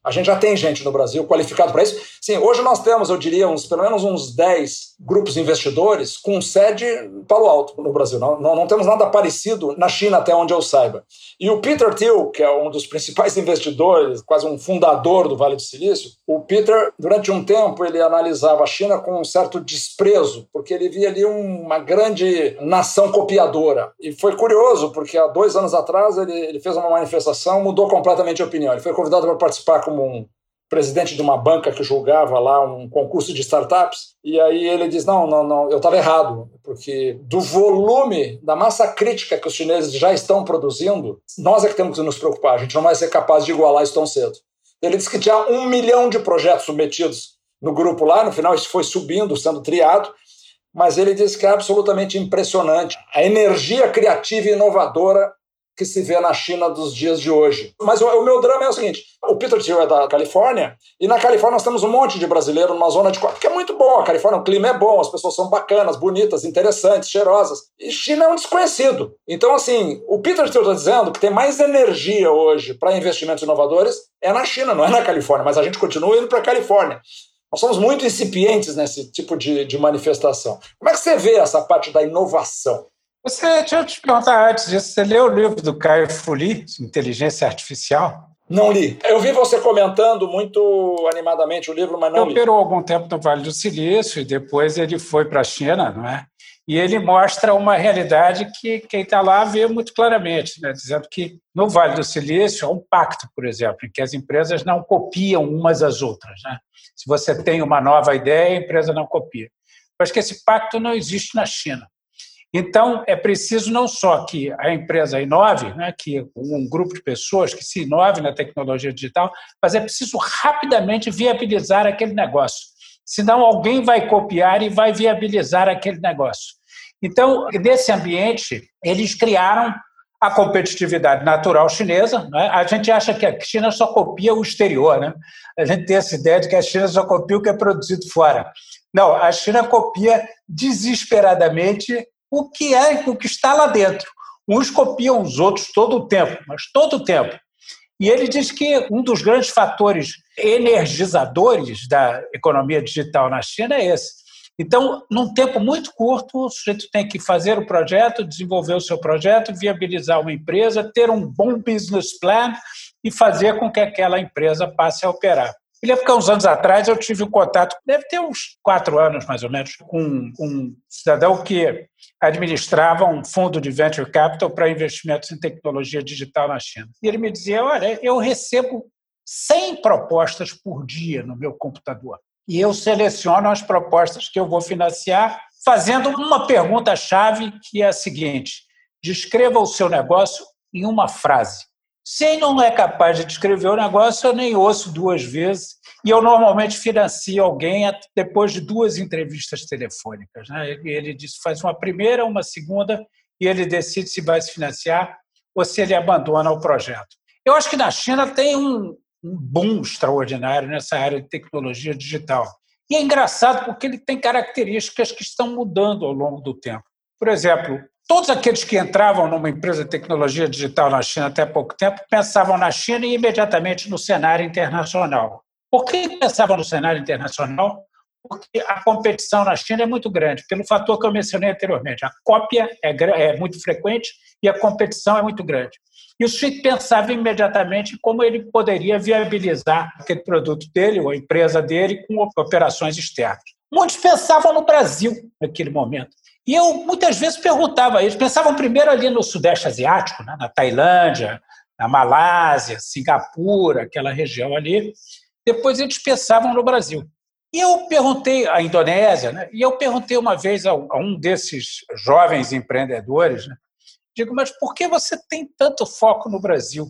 A gente já tem gente no Brasil qualificado para isso. Sim, hoje nós temos, eu diria, pelo menos uns 10 grupos investidores com sede em Palo Alto no Brasil. Não temos nada parecido na China, até onde eu saiba. E o Peter Thiel, que é um dos principais investidores, quase um fundador do Vale do Silício, o Peter, durante um tempo, ele analisava a China com um certo desprezo, porque ele via ali uma grande nação copiadora. E foi curioso, porque há 2 anos atrás ele fez uma manifestação, mudou completamente a opinião. Ele foi convidado para participar como um presidente de uma banca que julgava lá um concurso de startups, e aí ele diz, não, eu estava errado, porque do volume, da massa crítica que os chineses já estão produzindo, nós é que temos que nos preocupar, a gente não vai ser capaz de igualar isso tão cedo. Ele disse que tinha 1 milhão de projetos submetidos no grupo lá, no final isso foi subindo, sendo triado, mas ele disse que é absolutamente impressionante a energia criativa e inovadora que se vê na China dos dias de hoje. Mas o meu drama é o seguinte, o Peter Thiel é da Califórnia, e na Califórnia nós temos um monte de brasileiro numa zona de costa, que é muito bom, a Califórnia, o clima é bom, as pessoas são bacanas, bonitas, interessantes, cheirosas, e China é um desconhecido. Então, assim, o Peter Thiel está dizendo que tem mais energia hoje para investimentos inovadores é na China, não é na Califórnia, mas a gente continua indo para a Califórnia. Nós somos muito incipientes nesse tipo de manifestação. Como é que você vê essa parte da inovação? Deixa eu te perguntar antes disso, você leu o livro do Kai Fu Lee, Inteligência Artificial? Não li. Eu vi você comentando muito animadamente o livro, mas não li. Ele operou algum tempo no Vale do Silício e depois ele foi para a China, não é? E ele mostra uma realidade que quem está lá vê muito claramente, né? Dizendo que no Vale do Silício há um pacto, por exemplo, em que as empresas não copiam umas às outras, né? Se você tem uma nova ideia, a empresa não copia. Eu acho que esse pacto não existe na China. Então, é preciso não só que a empresa inove, né, que um grupo de pessoas que se inove na tecnologia digital, mas é preciso rapidamente viabilizar aquele negócio. Senão, alguém vai copiar e vai viabilizar aquele negócio. Então, nesse ambiente, eles criaram a competitividade natural chinesa. Né? A gente acha que a China só copia o exterior. Né? A gente tem essa ideia de que a China só copia o que é produzido fora. Não, a China copia desesperadamente o que está lá dentro. Uns copiam os outros todo o tempo, mas todo o tempo. E ele diz que um dos grandes fatores energizadores da economia digital na China é esse. Então, num tempo muito curto, o sujeito tem que fazer o projeto, desenvolver o seu projeto, viabilizar uma empresa, ter um bom business plan e fazer com que aquela empresa passe a operar. Eu lembro que há uns anos atrás eu tive um contato, deve ter uns 4 anos mais ou menos, com um cidadão que administrava um fundo de venture capital para investimentos em tecnologia digital na China. E ele me dizia, olha, eu recebo 100 propostas por dia no meu computador e eu seleciono as propostas que eu vou financiar fazendo uma pergunta-chave que é a seguinte, descreva o seu negócio em uma frase. Se ele não é capaz de descrever o negócio, eu nem ouço 2 vezes e eu normalmente financio alguém depois de 2 entrevistas telefônicas. Né? Ele diz, faz uma primeira, uma segunda e ele decide se vai se financiar ou se ele abandona o projeto. Eu acho que na China tem um boom extraordinário nessa área de tecnologia digital. E é engraçado porque ele tem características que estão mudando ao longo do tempo. Por exemplo, todos aqueles que entravam numa empresa de tecnologia digital na China até pouco tempo pensavam na China e imediatamente no cenário internacional. Por que pensavam no cenário internacional? Porque a competição na China é muito grande, pelo fator que eu mencionei anteriormente. A cópia é muito frequente e a competição é muito grande. E o sujeito pensava imediatamente como ele poderia viabilizar aquele produto dele ou a empresa dele com operações externas. Muitos pensavam no Brasil naquele momento. E eu muitas vezes perguntava a eles, pensavam primeiro ali no Sudeste Asiático, né, na Tailândia, na Malásia, Singapura, aquela região ali, depois eles pensavam no Brasil. E eu perguntei à Indonésia, né, e eu perguntei uma vez a um desses jovens empreendedores, né, digo, mas por que você tem tanto foco no Brasil?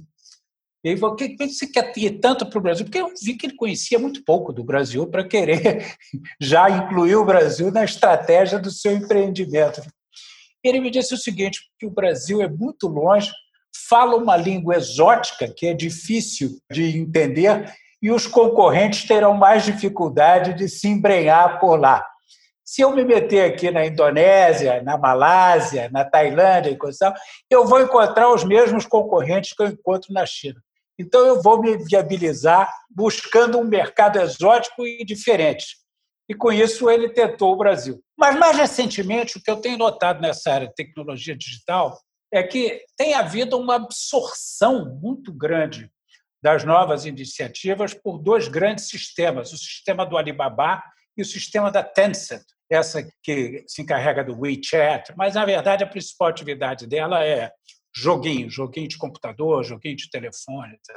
E ele falou, por que você quer ir tanto para o Brasil? Porque eu vi que ele conhecia muito pouco do Brasil para querer já incluir o Brasil na estratégia do seu empreendimento. Ele me disse o seguinte, que o Brasil é muito longe, fala uma língua exótica que é difícil de entender e os concorrentes terão mais dificuldade de se embrenhar por lá. Se eu me meter aqui na Indonésia, na Malásia, na Tailândia, eu vou encontrar os mesmos concorrentes que eu encontro na China. então eu vou me viabilizar buscando um mercado exótico e diferente. E, com isso, ele tentou o Brasil. Mas, mais recentemente, o que eu tenho notado nessa área de tecnologia digital é que tem havido uma absorção muito grande das novas iniciativas por dois grandes sistemas, o sistema do Alibaba e o sistema da Tencent, essa que se encarrega do WeChat, mas, na verdade, a principal atividade dela é joguinho de computador, joguinho de telefone, etc.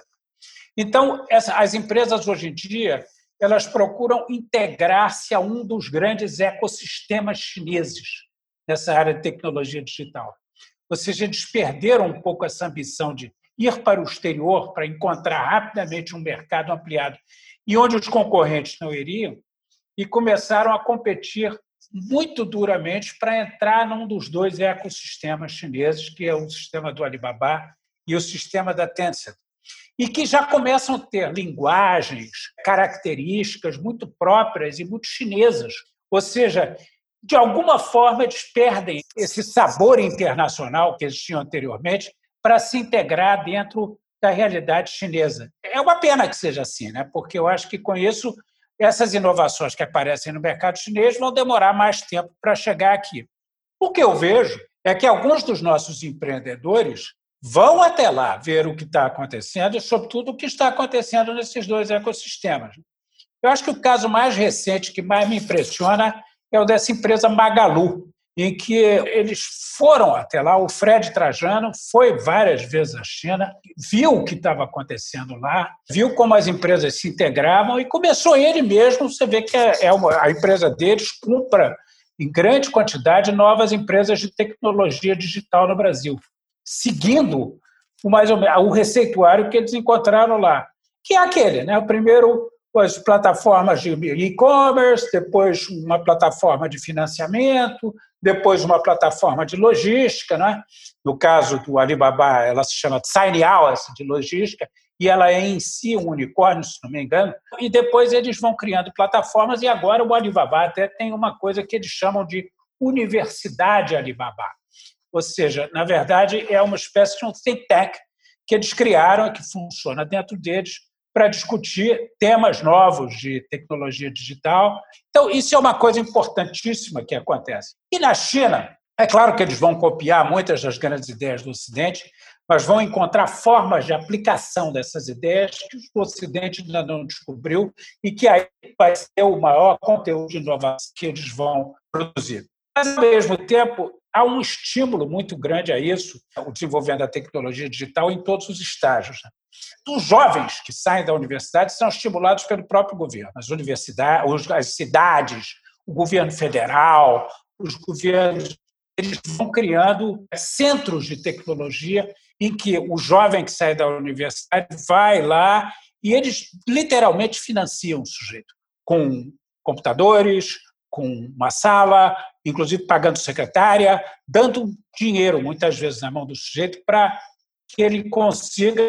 Então, as empresas, hoje em dia, elas procuram integrar-se a um dos grandes ecossistemas chineses nessa área de tecnologia digital. Ou seja, eles perderam um pouco essa ambição de ir para o exterior para encontrar rapidamente um mercado ampliado e onde os concorrentes não iriam, e começaram a competir muito duramente para entrar num dos dois ecossistemas chineses, que é o sistema do Alibaba e o sistema da Tencent, e que já começam a ter linguagens, características muito próprias e muito chinesas. Ou seja, de alguma forma, eles perdem esse sabor internacional que existia anteriormente para se integrar dentro da realidade chinesa. É uma pena que seja assim, né? Porque eu acho que, com isso, essas inovações que aparecem no mercado chinês vão demorar mais tempo para chegar aqui. O que eu vejo é que alguns dos nossos empreendedores vão até lá ver o que está acontecendo e, sobretudo, o que está acontecendo nesses dois ecossistemas. Eu acho que o caso mais recente que mais me impressiona é o dessa empresa Magalu, em que eles foram até lá. O Fred Trajano foi várias vezes à China, viu o que estava acontecendo lá, viu como as empresas se integravam e começou ele mesmo. Você vê que a empresa deles compra em grande quantidade novas empresas de tecnologia digital no Brasil, seguindo mais ou menos o receituário que eles encontraram lá, que é aquele, né? O primeiro, as plataformas de e-commerce, depois uma plataforma de financiamento, depois uma plataforma de logística, né? No caso do Alibaba, ela se chama Cainiao, de logística, e ela é em si um unicórnio, se não me engano, e depois eles vão criando plataformas, e agora o Alibaba até tem uma coisa que eles chamam de Universidade Alibaba. Ou seja, na verdade, é uma espécie de um think tank que eles criaram e que funciona dentro deles para discutir temas novos de tecnologia digital. Então, isso é uma coisa importantíssima que acontece. E na China, é claro que eles vão copiar muitas das grandes ideias do Ocidente, mas vão encontrar formas de aplicação dessas ideias que o Ocidente ainda não descobriu e que aí vai ser o maior conteúdo de inovação que eles vão produzir. Mas, ao mesmo tempo, há um estímulo muito grande a isso, o desenvolvimento da tecnologia digital em todos os estágios. Os jovens que saem da universidade são estimulados pelo próprio governo. As universidades, as cidades, o governo federal, os governos, eles vão criando centros de tecnologia em que o jovem que sai da universidade vai lá e eles literalmente financiam o sujeito com computadores, com uma sala, inclusive pagando secretária, dando dinheiro, muitas vezes, na mão do sujeito para que ele consiga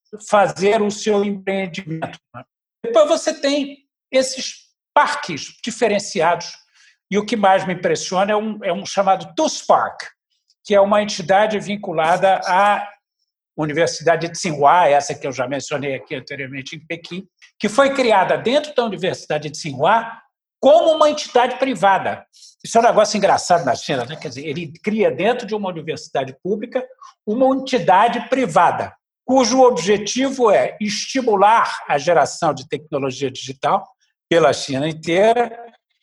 fazer o seu empreendimento. Depois você tem esses parques diferenciados, e o que mais me impressiona é um chamado TUS Park, que é uma entidade vinculada à Universidade de Tsinghua, essa que eu já mencionei aqui anteriormente em Pequim, que foi criada dentro da Universidade de Tsinghua como uma entidade privada. Isso é um negócio engraçado na China, né? Quer dizer, ele cria dentro de uma universidade pública uma entidade privada, cujo objetivo é estimular a geração de tecnologia digital pela China inteira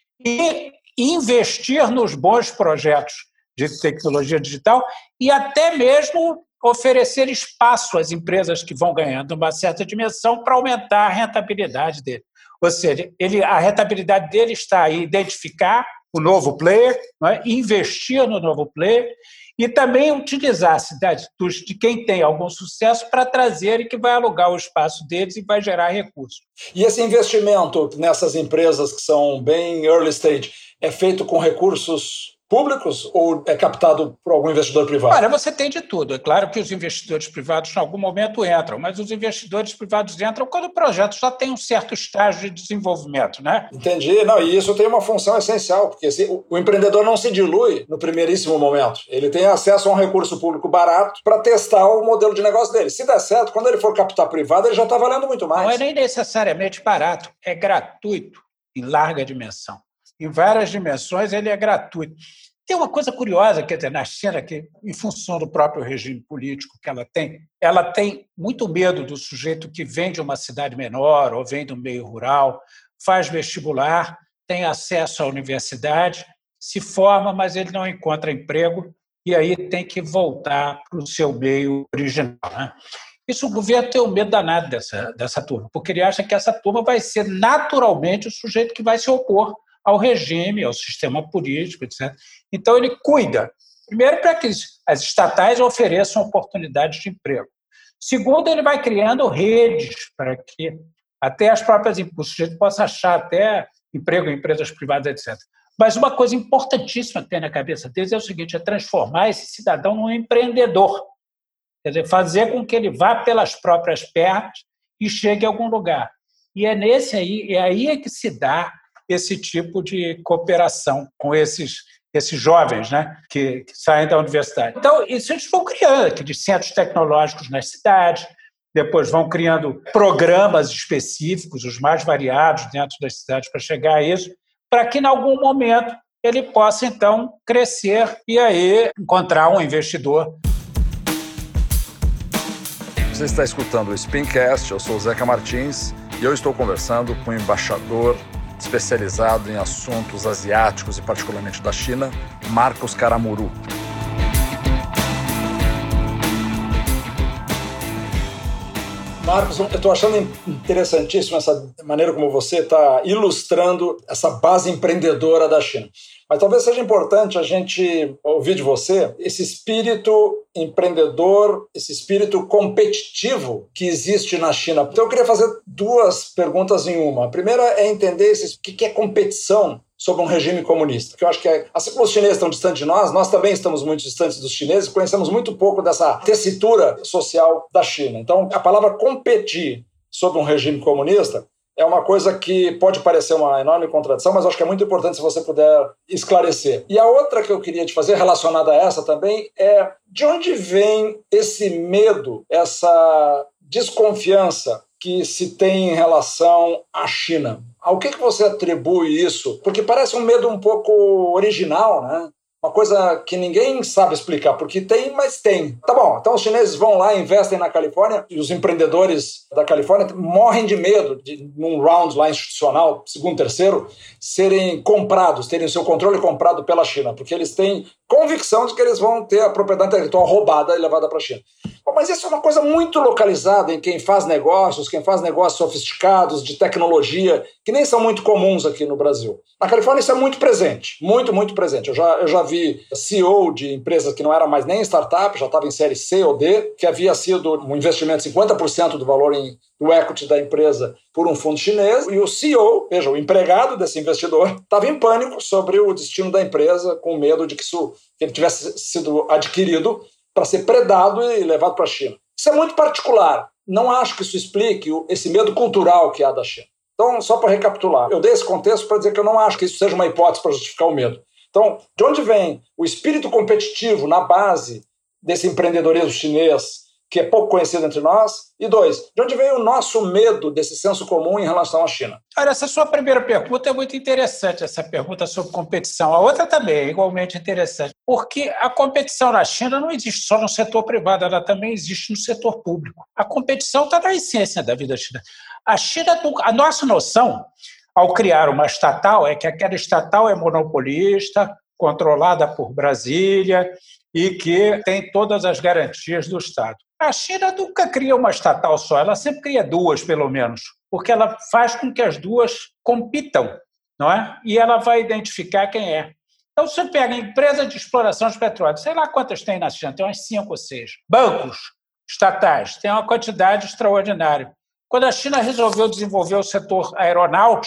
e investir nos bons projetos de tecnologia digital e até mesmo oferecer espaço às empresas que vão ganhando uma certa dimensão para aumentar a rentabilidade dele. Ou seja, a rentabilidade dele está em identificar o novo player, não é? Investir no novo player e também utilizar a cidade de quem tem algum sucesso para trazer e que vai alugar o espaço deles e vai gerar recursos. E esse investimento nessas empresas que são bem early stage é feito com recursos públicos ou é captado por algum investidor privado? Olha, você tem de tudo. É claro que os investidores privados, em algum momento, entram, mas os investidores privados entram quando o projeto já tem um certo estágio de desenvolvimento, né? Entendi. Não, e isso tem uma função essencial, porque o empreendedor não se dilui no primeiríssimo momento. Ele tem acesso a um recurso público barato para testar o modelo de negócio dele. Se der certo, quando ele for captar privado, ele já está valendo muito mais. Não é nem necessariamente barato, é gratuito em larga dimensão. Em várias dimensões, ele é gratuito. Tem uma coisa curiosa, quer dizer, na China, que, em função do próprio regime político que ela tem muito medo do sujeito que vem de uma cidade menor ou vem do meio rural, faz vestibular, tem acesso à universidade, se forma, mas ele não encontra emprego e aí tem que voltar para o seu meio original, né? Isso, o governo tem um medo danado dessa turma, porque ele acha que essa turma vai ser naturalmente o sujeito que vai se opor ao regime, ao sistema político, etc. Então, ele cuida, primeiro, para que as estatais ofereçam oportunidades de emprego. Segundo, ele vai criando redes para que até as próprias o sujeito possa achar até emprego em empresas privadas, etc. Mas uma coisa importantíssima que tem na cabeça deles é o seguinte, é transformar esse cidadão num empreendedor. Quer dizer, fazer com que ele vá pelas próprias pernas e chegue a algum lugar. E é aí que se dá esse tipo de cooperação com esses jovens, né, que saem da universidade. Então, isso eles vão criando aqueles centros tecnológicos nas cidades, depois vão criando programas específicos, os mais variados dentro das cidades para chegar a isso, para que, em algum momento, ele possa, então, crescer e aí encontrar um investidor. Você está escutando o Spincast, eu sou o Zeca Martins e eu estou conversando com o embaixador especializado em assuntos asiáticos e particularmente da China, Marcos Caramuru. Marcos, eu estou achando interessantíssimo essa maneira como você está ilustrando essa base empreendedora da China. Mas talvez seja importante a gente ouvir de você esse espírito empreendedor, esse espírito competitivo que existe na China. Então eu queria fazer duas perguntas em uma. A primeira é entender o que é competição sob um regime comunista. Que eu acho que, assim como os chineses estão distantes de nós também estamos muito distantes dos chineses, conhecemos muito pouco dessa tessitura social da China. Então, a palavra competir sob um regime comunista é uma coisa que pode parecer uma enorme contradição, mas acho que é muito importante se você puder esclarecer. E a outra que eu queria te fazer, relacionada a essa também, é de onde vem esse medo, essa desconfiança que se tem em relação à China? Ao que você atribui isso? Porque parece um medo um pouco original, né? Uma coisa que ninguém sabe explicar, porque tem, mas tem. Tá bom, então os chineses vão lá, investem na Califórnia, e os empreendedores da Califórnia morrem de medo de, num round lá institucional, segundo, terceiro, serem comprados, terem o seu controle comprado pela China, porque eles têm convicção de que eles vão ter a propriedade intelectual roubada e levada para a China. Bom, mas isso é uma coisa muito localizada em quem faz negócios sofisticados, de tecnologia, que nem são muito comuns aqui no Brasil. Na Califórnia isso é muito presente, muito, muito presente. Eu já vi CEO de empresas que não era mais nem startup, já estava em série C ou D, que havia sido um investimento de 50% do valor do equity da empresa por um fundo chinês, e o CEO, veja, o empregado desse investidor, estava em pânico sobre o destino da empresa, com medo de que ele tivesse sido adquirido para ser predado e levado para a China. Isso é muito particular. Não acho que isso explique esse medo cultural que há da China. Então, só para recapitular, eu dei esse contexto para dizer que eu não acho que isso seja uma hipótese para justificar o medo. Então, de onde vem o espírito competitivo na base desse empreendedorismo chinês, que é pouco conhecido entre nós? E dois, de onde vem o nosso medo desse senso comum em relação à China? Olha, essa sua primeira pergunta é muito interessante, essa pergunta sobre competição. A outra também é igualmente interessante, porque a competição na China não existe só no setor privado, ela também existe no setor público. A competição está na essência da vida chinesa. A nossa noção, ao criar uma estatal, é que aquela estatal é monopolista, controlada por Brasília e que tem todas as garantias do Estado. A China nunca cria uma estatal só, ela sempre cria duas, pelo menos, porque ela faz com que as duas compitam, não é? E ela vai identificar quem é. Então, você pega a empresa de exploração de petróleo, sei lá quantas tem na China, tem umas 5 ou 6. Bancos estatais, tem uma quantidade extraordinária. Quando a China resolveu desenvolver o setor aeronáutico,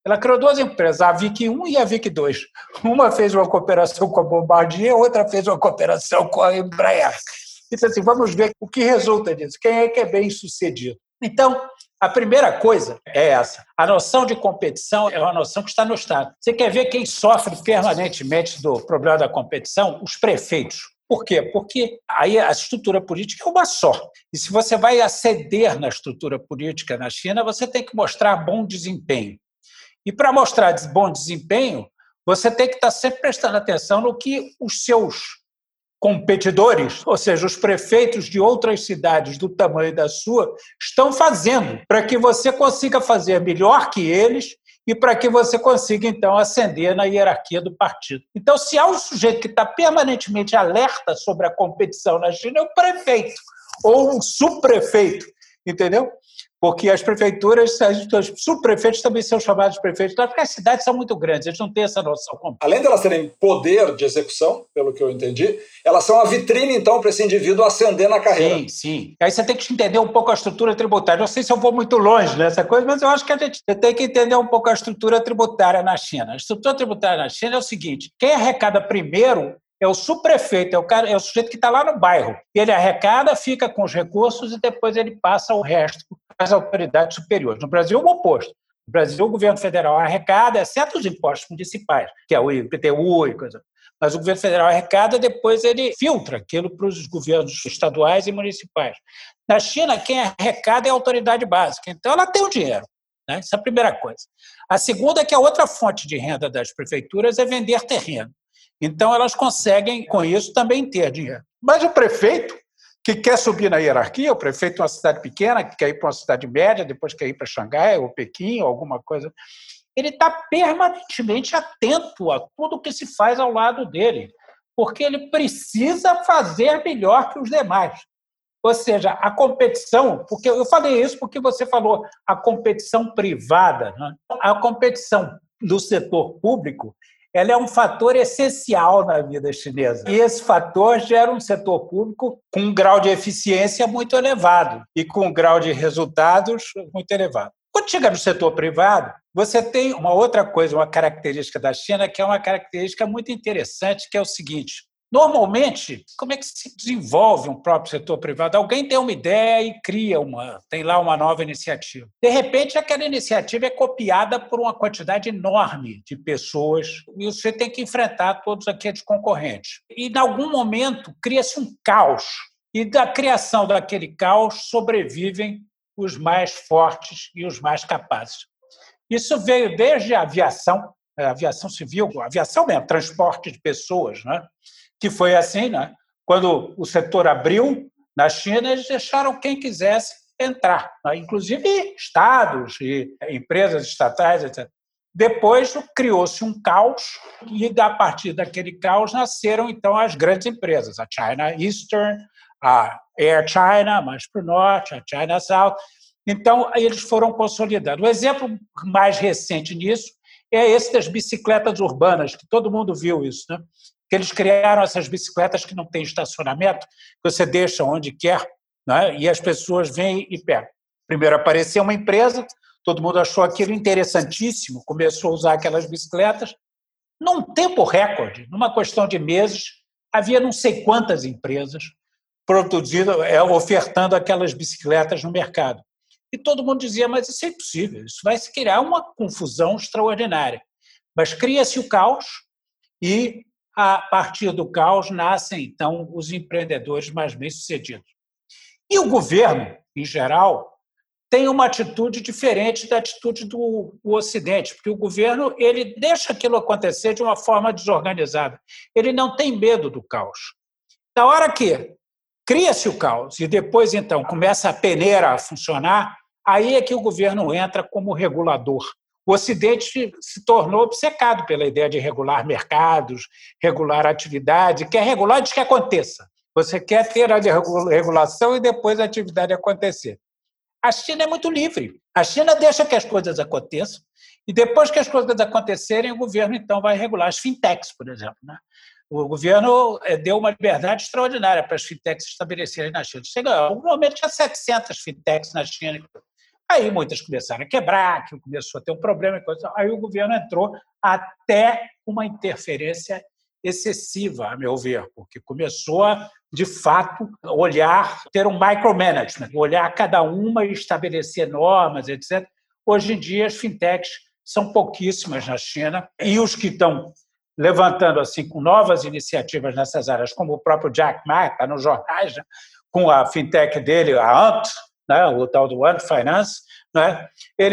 Ela criou duas empresas, a VIC 1 e a VIC 2. Uma fez uma cooperação com a Bombardier, a outra fez uma cooperação com a Embraer. Então, assim, vamos ver o que resulta disso, quem é que é bem sucedido. Então, a primeira coisa é essa. A noção de competição é uma noção que está no Estado. Você quer ver quem sofre permanentemente do problema da competição? Os prefeitos. Por quê? Porque aí a estrutura política é uma só. E se você vai aceder na estrutura política na China, você tem que mostrar bom desempenho. E para mostrar bom desempenho, você tem que estar sempre prestando atenção no que os seus competidores, ou seja, os prefeitos de outras cidades do tamanho da sua, estão fazendo para que você consiga fazer melhor que eles e para que você consiga, então, ascender na hierarquia do partido. Então, se há um sujeito que está permanentemente alerta sobre a competição na China, é o prefeito ou um subprefeito, entendeu? Porque as prefeituras, os subprefeitos também são chamados de prefeitos, porque as cidades são muito grandes, eles não têm essa noção. Além de elas terem poder de execução, pelo que eu entendi, elas são a vitrine, então, para esse indivíduo ascender na carreira. Sim, sim. Aí você tem que entender um pouco a estrutura tributária. Não sei se eu vou muito longe nessa coisa, mas eu acho que a gente tem que entender um pouco a estrutura tributária na China. A estrutura tributária na China é o seguinte, quem arrecada primeiro é o subprefeito, é o sujeito que está lá no bairro. Ele arrecada, fica com os recursos e depois ele passa o resto às autoridades superiores. No Brasil, o oposto. No Brasil, o governo federal arrecada, exceto os impostos municipais, que é o IPTU e coisa. Mas o governo federal arrecada, depois ele filtra aquilo para os governos estaduais e municipais. Na China, quem arrecada é a autoridade básica. Então, ela tem o dinheiro. Né? Essa é a primeira coisa. A segunda é que a outra fonte de renda das prefeituras é vender terreno. Então, elas conseguem, com isso, também ter dinheiro. Mas o prefeito, que quer subir na hierarquia, o prefeito de uma cidade pequena, que quer ir para uma cidade média, depois quer ir para Xangai ou Pequim ou alguma coisa, ele está permanentemente atento a tudo que se faz ao lado dele, porque ele precisa fazer melhor que os demais. Ou seja, a competição, porque eu falei isso porque você falou a competição privada, né? A competição do setor público, ela é um fator essencial na vida chinesa. E esse fator gera um setor público com um grau de eficiência muito elevado e com um grau de resultados muito elevado. Quando chega no setor privado, você tem uma outra coisa, uma característica da China, que é uma característica muito interessante, que é o seguinte. Normalmente, como é que se desenvolve um próprio setor privado? Alguém tem uma ideia e cria tem lá uma nova iniciativa. De repente, aquela iniciativa é copiada por uma quantidade enorme de pessoas e você tem que enfrentar todos aqueles concorrentes. E, em algum momento, cria-se um caos. E da criação daquele caos sobrevivem os mais fortes e os mais capazes. Isso veio desde a aviação civil, a aviação mesmo, transporte de pessoas, né? Que foi assim, né? Quando o setor abriu na China, eles deixaram quem quisesse entrar, né? Inclusive estados e empresas estatais, etc. Depois criou-se um caos e, a partir daquele caos, nasceram, então, as grandes empresas, a China Eastern, a Air China, mais para o norte, a China South. Então, eles foram consolidando. O exemplo mais recente nisso é esse das bicicletas urbanas, que todo mundo viu isso, né? Que eles criaram essas bicicletas que não têm estacionamento, que você deixa onde quer, né? E as pessoas vêm e pegam. Primeiro apareceu uma empresa, todo mundo achou aquilo interessantíssimo, começou a usar aquelas bicicletas. Num tempo recorde, numa questão de meses, havia não sei quantas empresas produzindo, ofertando aquelas bicicletas no mercado. E todo mundo dizia, mas isso é impossível, isso vai se criar uma confusão extraordinária. Mas cria-se o caos e, a partir do caos, nascem, então, os empreendedores mais bem-sucedidos. E o governo, em geral, tem uma atitude diferente da atitude do Ocidente, porque o governo ele deixa aquilo acontecer de uma forma desorganizada. Ele não tem medo do caos. Na hora que cria-se o caos e depois, então, começa a peneira a funcionar, aí é que o governo entra como regulador. O Ocidente se tornou obcecado pela ideia de regular mercados, regular atividade, quer regular antes que aconteça. Você quer ter a regulação e depois a atividade acontecer. A China é muito livre. A China deixa que as coisas aconteçam e depois que as coisas acontecerem, o governo, então, vai regular as fintechs, por exemplo, né? O governo deu uma liberdade extraordinária para as fintechs se estabelecerem na China. Chega, no momento, tinha 700 fintechs na China. Aí muitas começaram a quebrar, que começou a ter um problema. Aí o governo entrou até uma interferência excessiva, a meu ver, porque começou a, de fato, ter um micromanagement, olhar cada uma e estabelecer normas, etc. Hoje em dia, as fintechs são pouquíssimas na China e os que estão levantando assim com novas iniciativas nessas áreas, como o próprio Jack Ma, está nos jornais, né, com a fintech dele, a Ant, né, o tal do Ant Finance, né,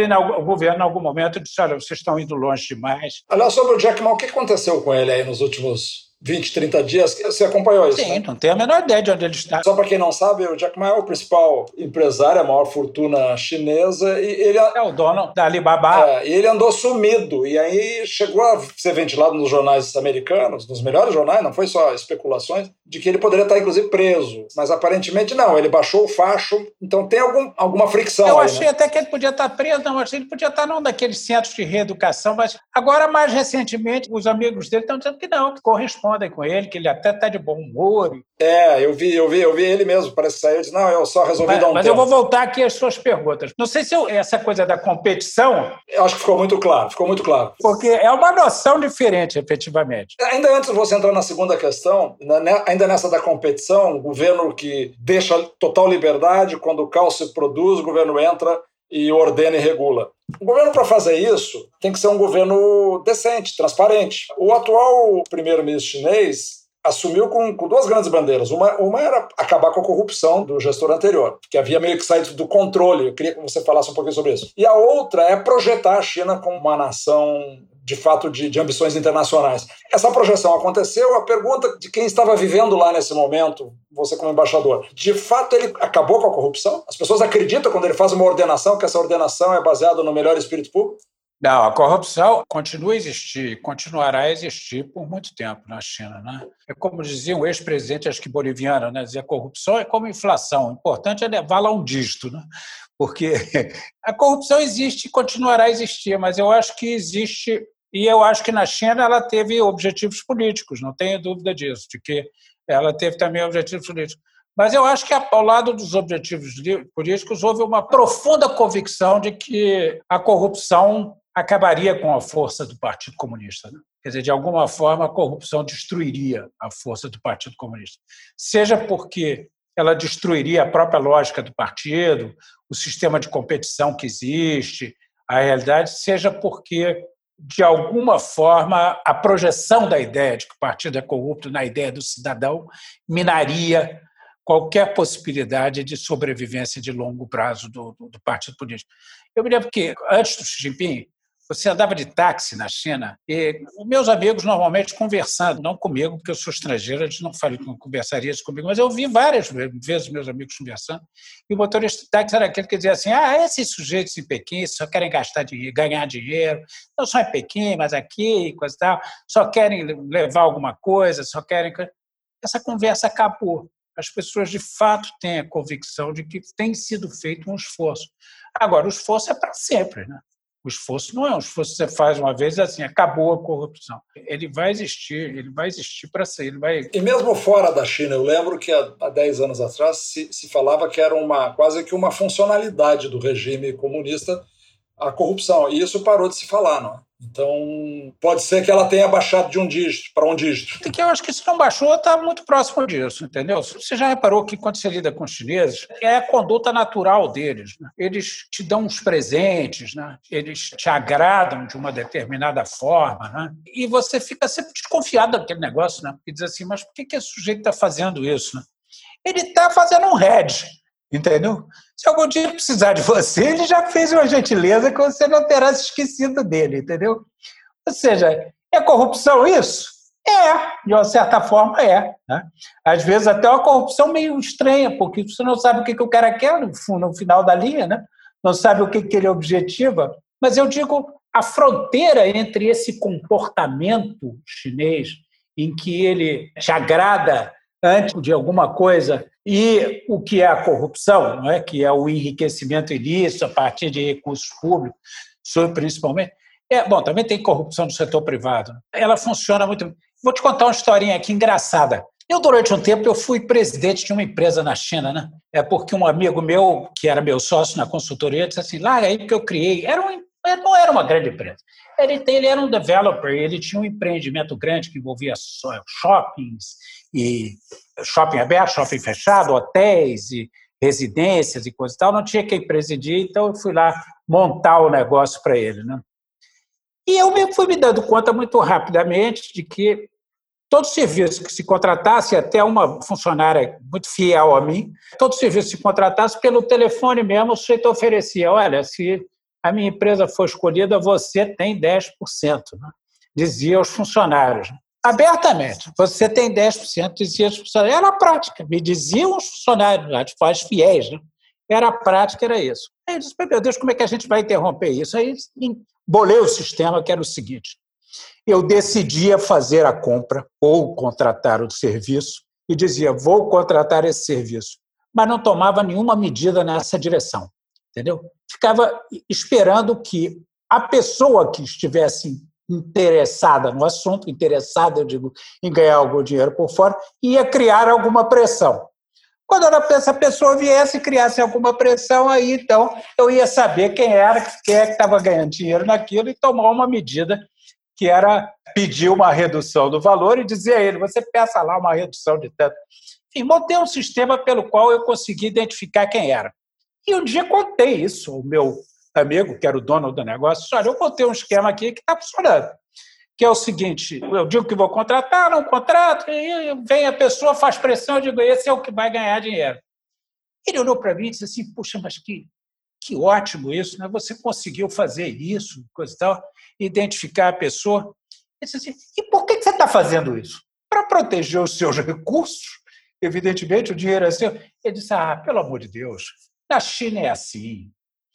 o governo, em algum momento, disse, olha, vocês estão indo longe demais. Aliás, sobre o Jack Ma, o que aconteceu com ele aí nos últimos 20, 30 dias? Você acompanhou isso? Sim, né? Não tenho a menor ideia de onde ele está. Só para quem não sabe, o Jack Ma é o principal empresário, a maior fortuna chinesa, e ele é o dono da Alibaba. E ele andou sumido, e aí chegou a ser ventilado nos jornais americanos, nos melhores jornais, não foi só especulações, de que ele poderia estar, inclusive, preso. Mas aparentemente não, ele baixou o facho, então tem alguma fricção Eu aí, achei né? até que ele podia estar preso, não, achei que ele podia estar num daqueles centros de reeducação, mas agora, mais recentemente, os amigos dele estão dizendo que não, que correspondem com ele, que ele até está de bom humor. Eu vi ele mesmo, parece que saiu e disse, não, eu só resolvi dar um Mas tempo. eu vou voltar aqui às suas perguntas. Não sei se essa coisa da competição... Eu acho que ficou muito claro. Porque é uma noção diferente, efetivamente. Ainda antes de você entrar na segunda questão, ainda nessa da competição, o governo que deixa total liberdade, quando o caos se produz, o governo entra e ordena e regula. O governo, para fazer isso, tem que ser um governo decente, transparente. O atual primeiro-ministro chinês assumiu com duas grandes bandeiras. Uma era acabar com a corrupção do gestor anterior, que havia meio que saído do controle. Eu queria que você falasse um pouquinho sobre isso. E a outra é projetar a China como uma nação, de fato, de ambições internacionais. Essa projeção aconteceu. A pergunta de quem estava vivendo lá nesse momento, você como embaixador, de fato ele acabou com a corrupção? As pessoas acreditam quando ele faz uma ordenação, que essa ordenação é baseada no melhor espírito público? Não, a corrupção continua a existir, continuará a existir por muito tempo na China, né? É como dizia um ex-presidente, acho que boliviano, né? Dizia, corrupção é como inflação, o importante é levá-la a um dígito, né? Porque a corrupção existe e continuará a existir, mas eu acho que existe, e eu acho que na China ela teve objetivos políticos, não tenho dúvida disso, de que ela teve também objetivos políticos. Mas eu acho que, ao lado dos objetivos políticos, houve uma profunda convicção de que a corrupção acabaria com a força do Partido Comunista, né? Quer dizer, de alguma forma, a corrupção destruiria a força do Partido Comunista. Seja porque ela destruiria a própria lógica do partido, o sistema de competição que existe, a realidade, seja porque, de alguma forma, a projeção da ideia de que o partido é corrupto na ideia do cidadão minaria qualquer possibilidade de sobrevivência de longo prazo do partido político. Eu me lembro que, antes do Xi Jinping, você andava de táxi na China e os meus amigos normalmente conversando, não comigo, porque eu sou estrangeiro, eles não conversariam isso comigo, mas eu vi várias vezes meus amigos conversando e o motorista de táxi era aquele que dizia assim, esses sujeitos em Pequim só querem ganhar dinheiro, não só em Pequim, mas aqui, coisa e tal, só querem levar alguma coisa, só querem... Essa conversa acabou. As pessoas, de fato, têm a convicção de que tem sido feito um esforço. Agora, o esforço é para sempre, né? O esforço não é um esforço que você faz uma vez e assim, acabou a corrupção. Ele vai existir para ser. E mesmo fora da China, eu lembro que há 10 anos atrás se falava que era quase que uma funcionalidade do regime comunista a corrupção. E isso parou de se falar, não é? Então, pode ser que ela tenha baixado de um dígito para um dígito. Eu acho que se não baixou, está muito próximo disso, entendeu? Você já reparou que quando você lida com os chineses, é a conduta natural deles, né? Eles te dão uns presentes, né? Eles te agradam de uma determinada forma, né? E você fica sempre desconfiado daquele negócio, né? Porque diz assim, mas por que esse sujeito está fazendo isso, né? Ele está fazendo um hedge, entendeu? Se algum dia precisar de você, ele já fez uma gentileza que você não terá se esquecido dele, entendeu? Ou seja, é corrupção isso? De uma certa forma né? Às vezes até uma corrupção meio estranha, porque você não sabe o que o cara quer no final da linha, né? Não sabe o que ele objetiva. Mas eu digo, a fronteira entre esse comportamento chinês, em que ele te agrada antes de alguma coisa, e o que é a corrupção, não é? Que é o enriquecimento ilícito a partir de recursos públicos, principalmente. Bom, também tem corrupção no setor privado. Ela funciona muito. Vou te contar uma historinha aqui engraçada. Eu, durante um tempo, eu fui presidente de uma empresa na China, né? É porque um amigo meu, que era meu sócio na consultoria, disse assim, larga aí que eu criei. Não era uma grande empresa. Ele era um developer, ele tinha um empreendimento grande que envolvia shoppings, e shopping aberto, shopping fechado, hotéis e residências e coisa e tal. Não tinha quem presidir, então eu fui lá montar o negócio para ele, né? E eu fui me dando conta muito rapidamente de que todo serviço que se contratasse, até uma funcionária muito fiel a mim, todo serviço que se contratasse pelo telefone mesmo, o sujeito oferecia, olha, se a minha empresa for escolhida, você tem 10%, né? Dizia aos funcionários. Abertamente, você tem 10%, dizia aos funcionários. Era a prática, me diziam os funcionários, os fiéis, né? Era a prática, era isso. Aí eu disse, meu Deus, como é que a gente vai interromper isso? Aí bolei o sistema, que era o seguinte, eu decidia fazer a compra ou contratar o serviço e dizia, vou contratar esse serviço, mas não tomava nenhuma medida nessa direção, entendeu? Ficava esperando que a pessoa que estivesse interessada no assunto, interessada, eu digo, em ganhar algum dinheiro por fora, ia criar alguma pressão. Quando essa pessoa viesse e criasse alguma pressão, aí então eu ia saber quem é que estava ganhando dinheiro naquilo e tomar uma medida que era pedir uma redução do valor e dizer a ele, você peça lá uma redução de tanto. Enfim, montei um sistema pelo qual eu consegui identificar quem era. E um dia contei isso ao meu amigo, que era o dono do negócio, olha, eu montei um esquema aqui que está funcionando, que é o seguinte, eu digo que vou contratar, não contrato, e vem a pessoa, faz pressão, eu digo, esse é o que vai ganhar dinheiro. Ele olhou para mim e disse assim, puxa, mas que ótimo isso, né? Você conseguiu fazer isso, coisa e tal, identificar a pessoa. Ele disse assim, e por que você está fazendo isso? Para proteger os seus recursos, evidentemente, o dinheiro é seu. Ele disse, pelo amor de Deus, na China é assim,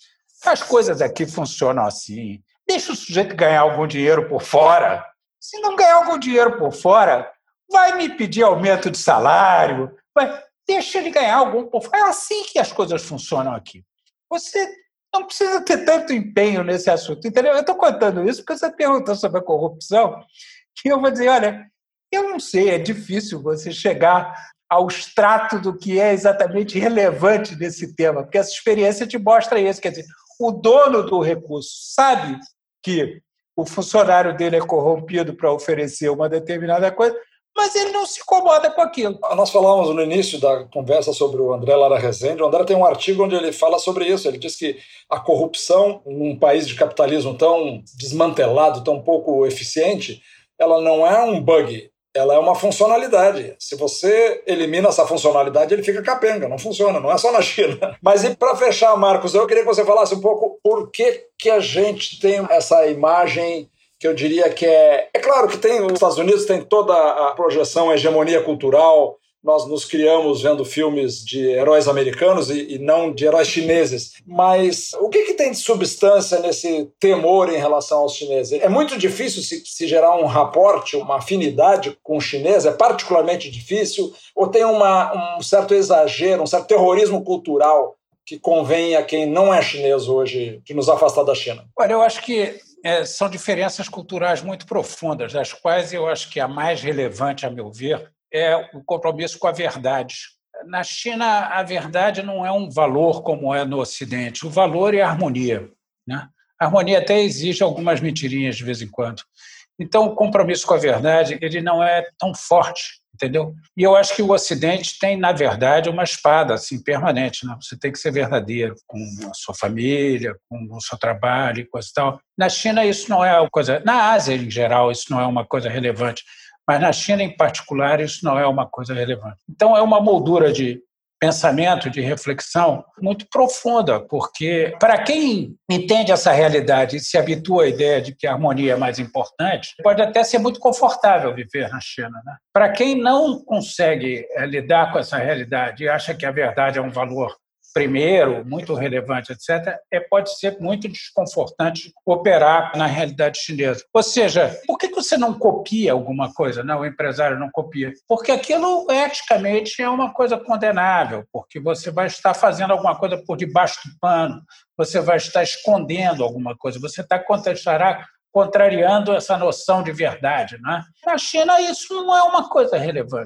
as coisas aqui funcionam assim, deixa o sujeito ganhar algum dinheiro por fora. Se não ganhar algum dinheiro por fora, vai me pedir aumento de salário, deixa ele ganhar algum por fora. É assim que as coisas funcionam aqui. Você não precisa ter tanto empenho nesse assunto, entendeu? Eu estou contando isso porque você perguntou sobre a corrupção, que eu vou dizer, olha, eu não sei, é difícil você chegar ao extrato do que é exatamente relevante nesse tema, porque essa experiência te mostra isso, quer dizer, o dono do recurso sabe que o funcionário dele é corrompido para oferecer uma determinada coisa, mas ele não se incomoda com aquilo. Nós falamos no início da conversa sobre o André Lara Rezende. O André tem um artigo onde ele fala sobre isso. Ele diz que a corrupção, num país de capitalismo tão desmantelado, tão pouco eficiente, ela não é um bug, ela é uma funcionalidade. Se você elimina essa funcionalidade, ele fica capenga, não funciona, não é só na China. Mas e para fechar, Marcos, eu queria que você falasse um pouco por que a gente tem essa imagem que eu diria que é claro que os Estados Unidos tem toda a projeção, a hegemonia cultural, nós nos criamos vendo filmes de heróis americanos e não de heróis chineses, mas o que tem de substância nesse temor em relação aos chineses? É muito difícil se gerar um raporte, uma afinidade com o chinês, é particularmente difícil, ou tem um certo exagero, um certo terrorismo cultural que convém a quem não é chinês hoje de nos afastar da China? Olha, eu acho que são diferenças culturais muito profundas, das quais eu acho que a mais relevante, a meu ver, é o compromisso com a verdade. Na China, a verdade não é um valor como é no Ocidente. O valor é a harmonia, né? A harmonia até exige algumas mentirinhas de vez em quando. Então, o compromisso com a verdade ele não é tão forte, entendeu? E eu acho que o Ocidente tem, na verdade, uma espada assim, permanente, né? Você tem que ser verdadeiro com a sua família, com o seu trabalho e coisa e tal. Na China, isso não é uma coisa... Na Ásia, em geral, isso não é uma coisa relevante. Mas na China, em particular, isso não é uma coisa relevante. Então, é uma moldura de pensamento, de reflexão muito profunda, porque para quem entende essa realidade e se habitua à ideia de que a harmonia é mais importante, pode até ser muito confortável viver na China, né? Para quem não consegue lidar com essa realidade e acha que a verdade é um valor primeiro, muito relevante, etc., pode ser muito desconfortante operar na realidade chinesa. Ou seja, por que você não copia alguma coisa? Não, o empresário não copia. Porque aquilo, eticamente, é uma coisa condenável, porque você vai estar fazendo alguma coisa por debaixo do pano, você vai estar escondendo alguma coisa, você estará contrariando essa noção de verdade, né? Na China, isso não é uma coisa relevante.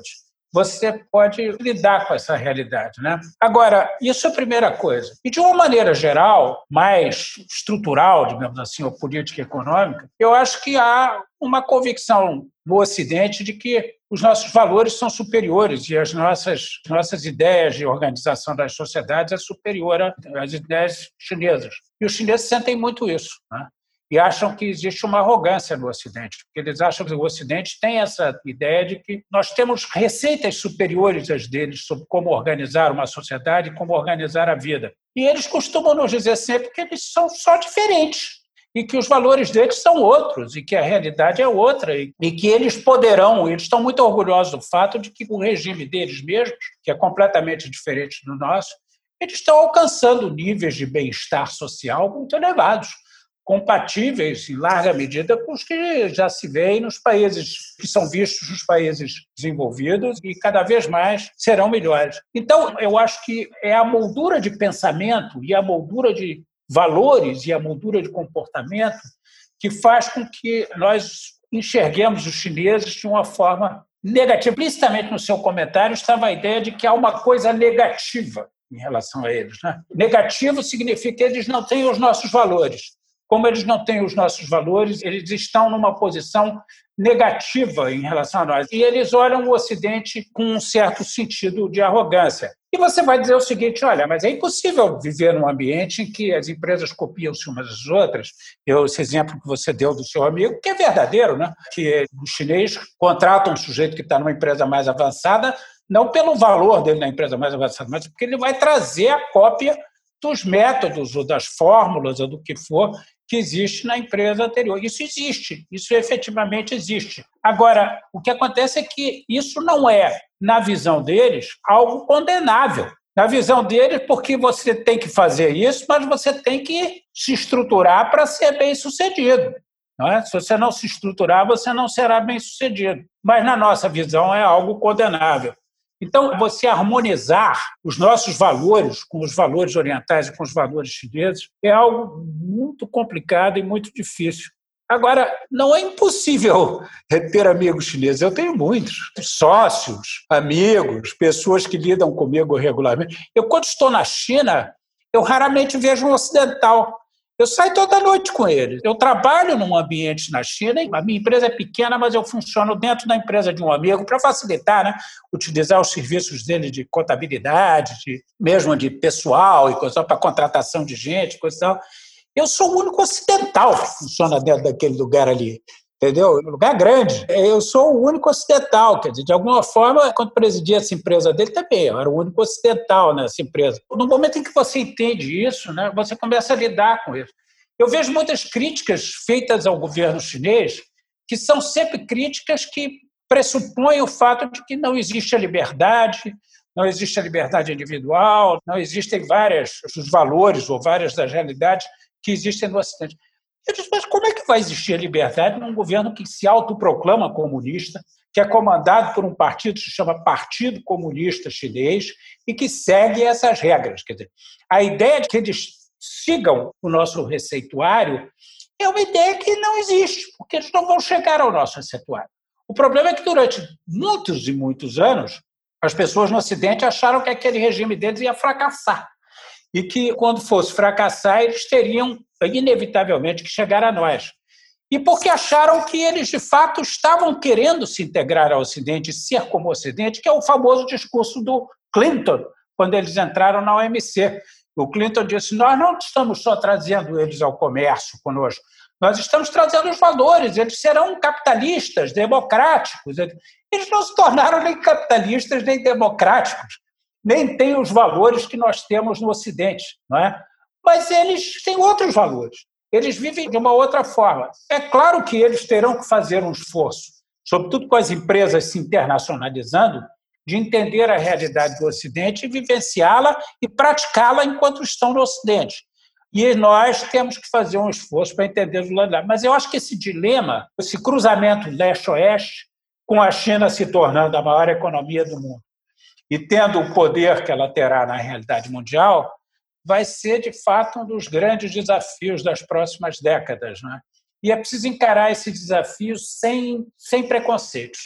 você pode lidar com essa realidade, né? Agora, isso é a primeira coisa. E, de uma maneira geral, mais estrutural, digamos assim, ou política e econômica, eu acho que há uma convicção no Ocidente de que os nossos valores são superiores e as nossas ideias de organização das sociedades é superior às ideias chinesas. E os chineses sentem muito isso, né? E acham que existe uma arrogância no Ocidente, porque eles acham que o Ocidente tem essa ideia de que nós temos receitas superiores às deles sobre como organizar uma sociedade e como organizar a vida. E eles costumam nos dizer sempre que eles são só diferentes e que os valores deles são outros e que a realidade é outra e que eles estão muito orgulhosos do fato de que o regime deles mesmos, que é completamente diferente do nosso, eles estão alcançando níveis de bem-estar social muito elevados, compatíveis, em larga medida, com os que já se veem nos países que são vistos nos países desenvolvidos e cada vez mais serão melhores. Então, eu acho que é a moldura de pensamento e a moldura de valores e a moldura de comportamento que faz com que nós enxerguemos os chineses de uma forma negativa. Implicitamente no seu comentário estava a ideia de que há uma coisa negativa em relação a eles, né? Negativo significa que eles não têm os nossos valores. Como eles não têm os nossos valores, eles estão numa posição negativa em relação a nós. E eles olham o Ocidente com um certo sentido de arrogância. E você vai dizer o seguinte, olha, mas é impossível viver num ambiente em que as empresas copiam-se umas das outras. Esse exemplo que você deu do seu amigo, que é verdadeiro, né? Que o chinês contrata um sujeito que está numa empresa mais avançada, não pelo valor dele na empresa mais avançada, mas porque ele vai trazer a cópia dos métodos ou das fórmulas ou do que for que existe na empresa anterior. Isso existe, isso efetivamente existe. Agora, o que acontece é que isso não é, na visão deles, algo condenável. Na visão deles, porque você tem que fazer isso, mas você tem que se estruturar para ser bem-sucedido. Não é? Se você não se estruturar, você não será bem-sucedido. Mas, na nossa visão, é algo condenável. Então, você harmonizar os nossos valores com os valores orientais e com os valores chineses é algo muito complicado e muito difícil. Agora, não é impossível ter amigos chineses. Eu tenho muitos, sócios, amigos, pessoas que lidam comigo regularmente. Eu, quando estou na China, eu raramente vejo um ocidental. Eu saio toda noite com eles. Eu trabalho num ambiente na China, a minha empresa é pequena, mas eu funciono dentro da empresa de um amigo para facilitar, né? Utilizar os serviços dele de contabilidade, mesmo de pessoal, e coisa para contratação de gente, coisa tal. Eu sou o único ocidental que funciona dentro daquele lugar ali. Entendeu? Um lugar grande. Eu sou o único ocidental, quer dizer, de alguma forma, quando presidi essa empresa dele também, eu era o único ocidental nessa empresa. No momento em que você entende isso, né, você começa a lidar com isso. Eu vejo muitas críticas feitas ao governo chinês, que são sempre críticas que pressupõem o fato de que não existe a liberdade, não existe a liberdade individual, não existem os valores ou várias das realidades que existem no Ocidente. Eu disse, mas como é que vai existir a liberdade num governo que se autoproclama comunista, que é comandado por um partido que se chama Partido Comunista Chinês e que segue essas regras? Quer dizer, a ideia de que eles sigam o nosso receituário é uma ideia que não existe, porque eles não vão chegar ao nosso receituário. O problema é que durante muitos e muitos anos, as pessoas no Ocidente acharam que aquele regime deles ia fracassar e que, quando fosse fracassar, eles teriam inevitavelmente que chegar a nós. E porque acharam que eles, de fato, estavam querendo se integrar ao Ocidente, ser como o Ocidente, que é o famoso discurso do Clinton, quando eles entraram na OMC. O Clinton disse, nós não estamos só trazendo eles ao comércio conosco, nós estamos trazendo os valores, eles serão capitalistas, democráticos. Eles não se tornaram nem capitalistas, nem democráticos, nem têm os valores que nós temos no Ocidente, não é? Mas eles têm outros valores. Eles vivem de uma outra forma. É claro que eles terão que fazer um esforço, sobretudo com as empresas se internacionalizando, de entender a realidade do Ocidente e vivenciá-la e praticá-la enquanto estão no Ocidente. E nós temos que fazer um esforço para entender o lado lá. Mas eu acho que esse dilema, esse cruzamento leste-oeste, com a China se tornando a maior economia do mundo e tendo o poder que ela terá na realidade mundial, vai ser, de fato, um dos grandes desafios das próximas décadas, né? E é preciso encarar esse desafio sem preconceitos,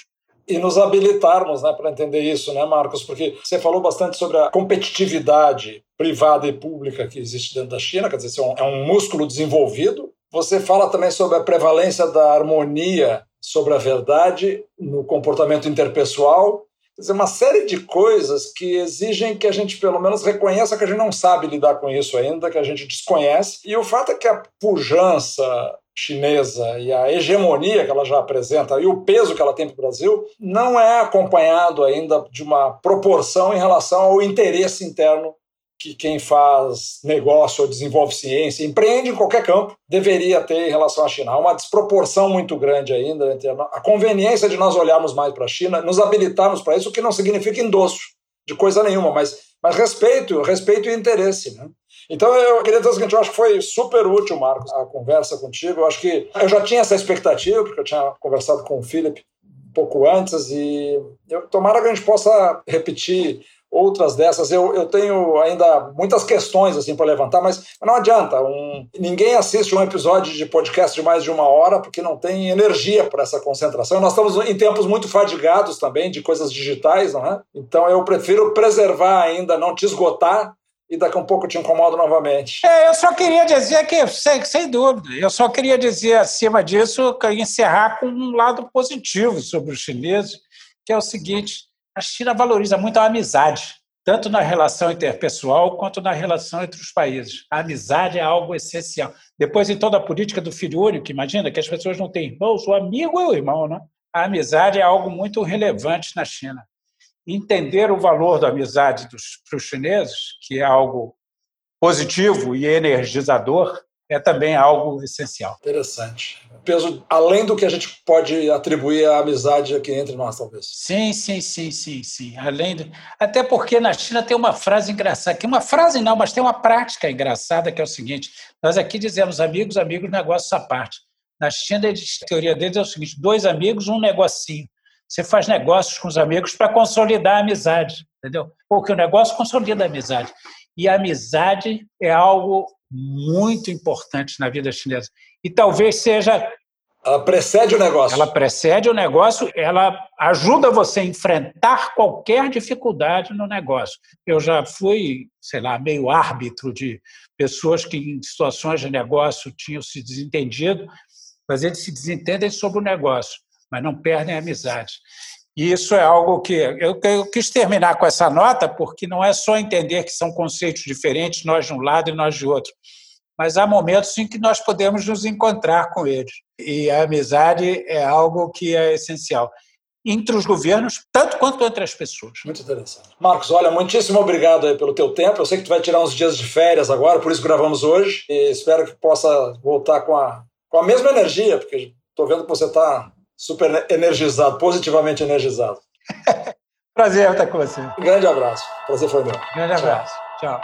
e nos habilitarmos, né, para entender isso, né, Marcos? Porque você falou bastante sobre a competitividade privada e pública que existe dentro da China, quer dizer, é um músculo desenvolvido. Você fala também sobre a prevalência da harmonia sobre a verdade no comportamento interpessoal. Quer dizer, uma série de coisas que exigem que a gente, pelo menos, reconheça que a gente não sabe lidar com isso ainda, que a gente desconhece. E o fato é que a pujança chinesa e a hegemonia que ela já apresenta e o peso que ela tem para o Brasil não é acompanhado ainda de uma proporção em relação ao interesse interno que quem faz negócio ou desenvolve ciência, empreende em qualquer campo, deveria ter em relação à China. Há uma desproporção muito grande ainda entre a conveniência de nós olharmos mais para a China, nos habilitarmos para isso, o que não significa endosso de coisa nenhuma, mas respeito e interesse, né? Então eu queria dizer o seguinte, eu acho que foi super útil, Marcos, a conversa contigo. Eu acho que eu já tinha essa expectativa, porque eu tinha conversado com o Philip um pouco antes, e tomara que a gente possa repetir outras dessas. Eu tenho ainda muitas questões assim para levantar, mas não adianta. Ninguém assiste um episódio de podcast de mais de 1 hora porque não tem energia para essa concentração. Nós estamos em tempos muito fadigados também de coisas digitais, não é? Então eu prefiro preservar ainda, não te esgotar, e daqui a um pouco eu te incomodo novamente. Eu só queria dizer que, sem dúvida, eu só queria dizer acima disso, que eu ia encerrar com um lado positivo sobre os chineses, que é o seguinte: a China valoriza muito a amizade, tanto na relação interpessoal quanto na relação entre os países. A amizade é algo essencial. Depois, em toda a política do filho único, imagina que as pessoas não têm irmãos, o amigo é o irmão, né? A amizade é algo muito relevante na China. Entender o valor da amizade para os chineses, que é algo positivo e energizador, é também algo essencial. Interessante. Peso além do que a gente pode atribuir à amizade aqui entre nós, talvez. Sim. Até porque na China tem uma frase engraçada, que uma frase não, mas tem uma prática engraçada, que é o seguinte: nós aqui dizemos amigos, negócios à parte. Na China, a teoria deles é o seguinte: 2 amigos, 1 negocinho. Você faz negócios com os amigos para consolidar a amizade, entendeu? Porque o negócio consolida a amizade. E a amizade é algo muito importante na vida chinesa. E talvez seja... Ela precede o negócio. Ela precede o negócio, ela ajuda você a enfrentar qualquer dificuldade no negócio. Eu já fui, meio árbitro de pessoas que em situações de negócio tinham se desentendido, mas eles se desentendem sobre o negócio, mas não perdem a amizade. E isso é algo que eu quis terminar com essa nota, porque não é só entender que são conceitos diferentes, nós de um lado e nós de outro, mas há momentos em que nós podemos nos encontrar com eles. E a amizade é algo que é essencial entre os governos, tanto quanto entre as pessoas. Muito interessante. Marcos, olha, muitíssimo obrigado aí pelo teu tempo. Eu sei que tu vai tirar uns dias de férias agora, por isso gravamos hoje, e espero que possa voltar com a mesma energia, porque estou vendo que você está super energizado, positivamente energizado. Prazer estar com você. Um grande abraço. Prazer foi meu. Grande abraço. Tchau.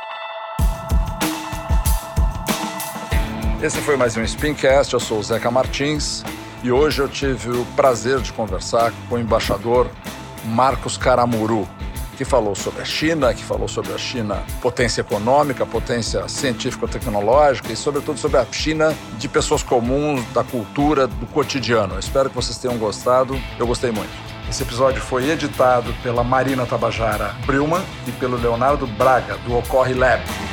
Esse foi mais um Spincast. Eu sou o Zeca Martins e hoje eu tive o prazer de conversar com o embaixador Marcos Karamuru, que falou sobre a China, potência econômica, potência científico-tecnológica e, sobretudo, sobre a China de pessoas comuns, da cultura, do cotidiano. Eu espero que vocês tenham gostado. Eu gostei muito. Esse episódio foi editado pela Marina Tabajara Brilman e pelo Leonardo Braga, do Ocorre Lab.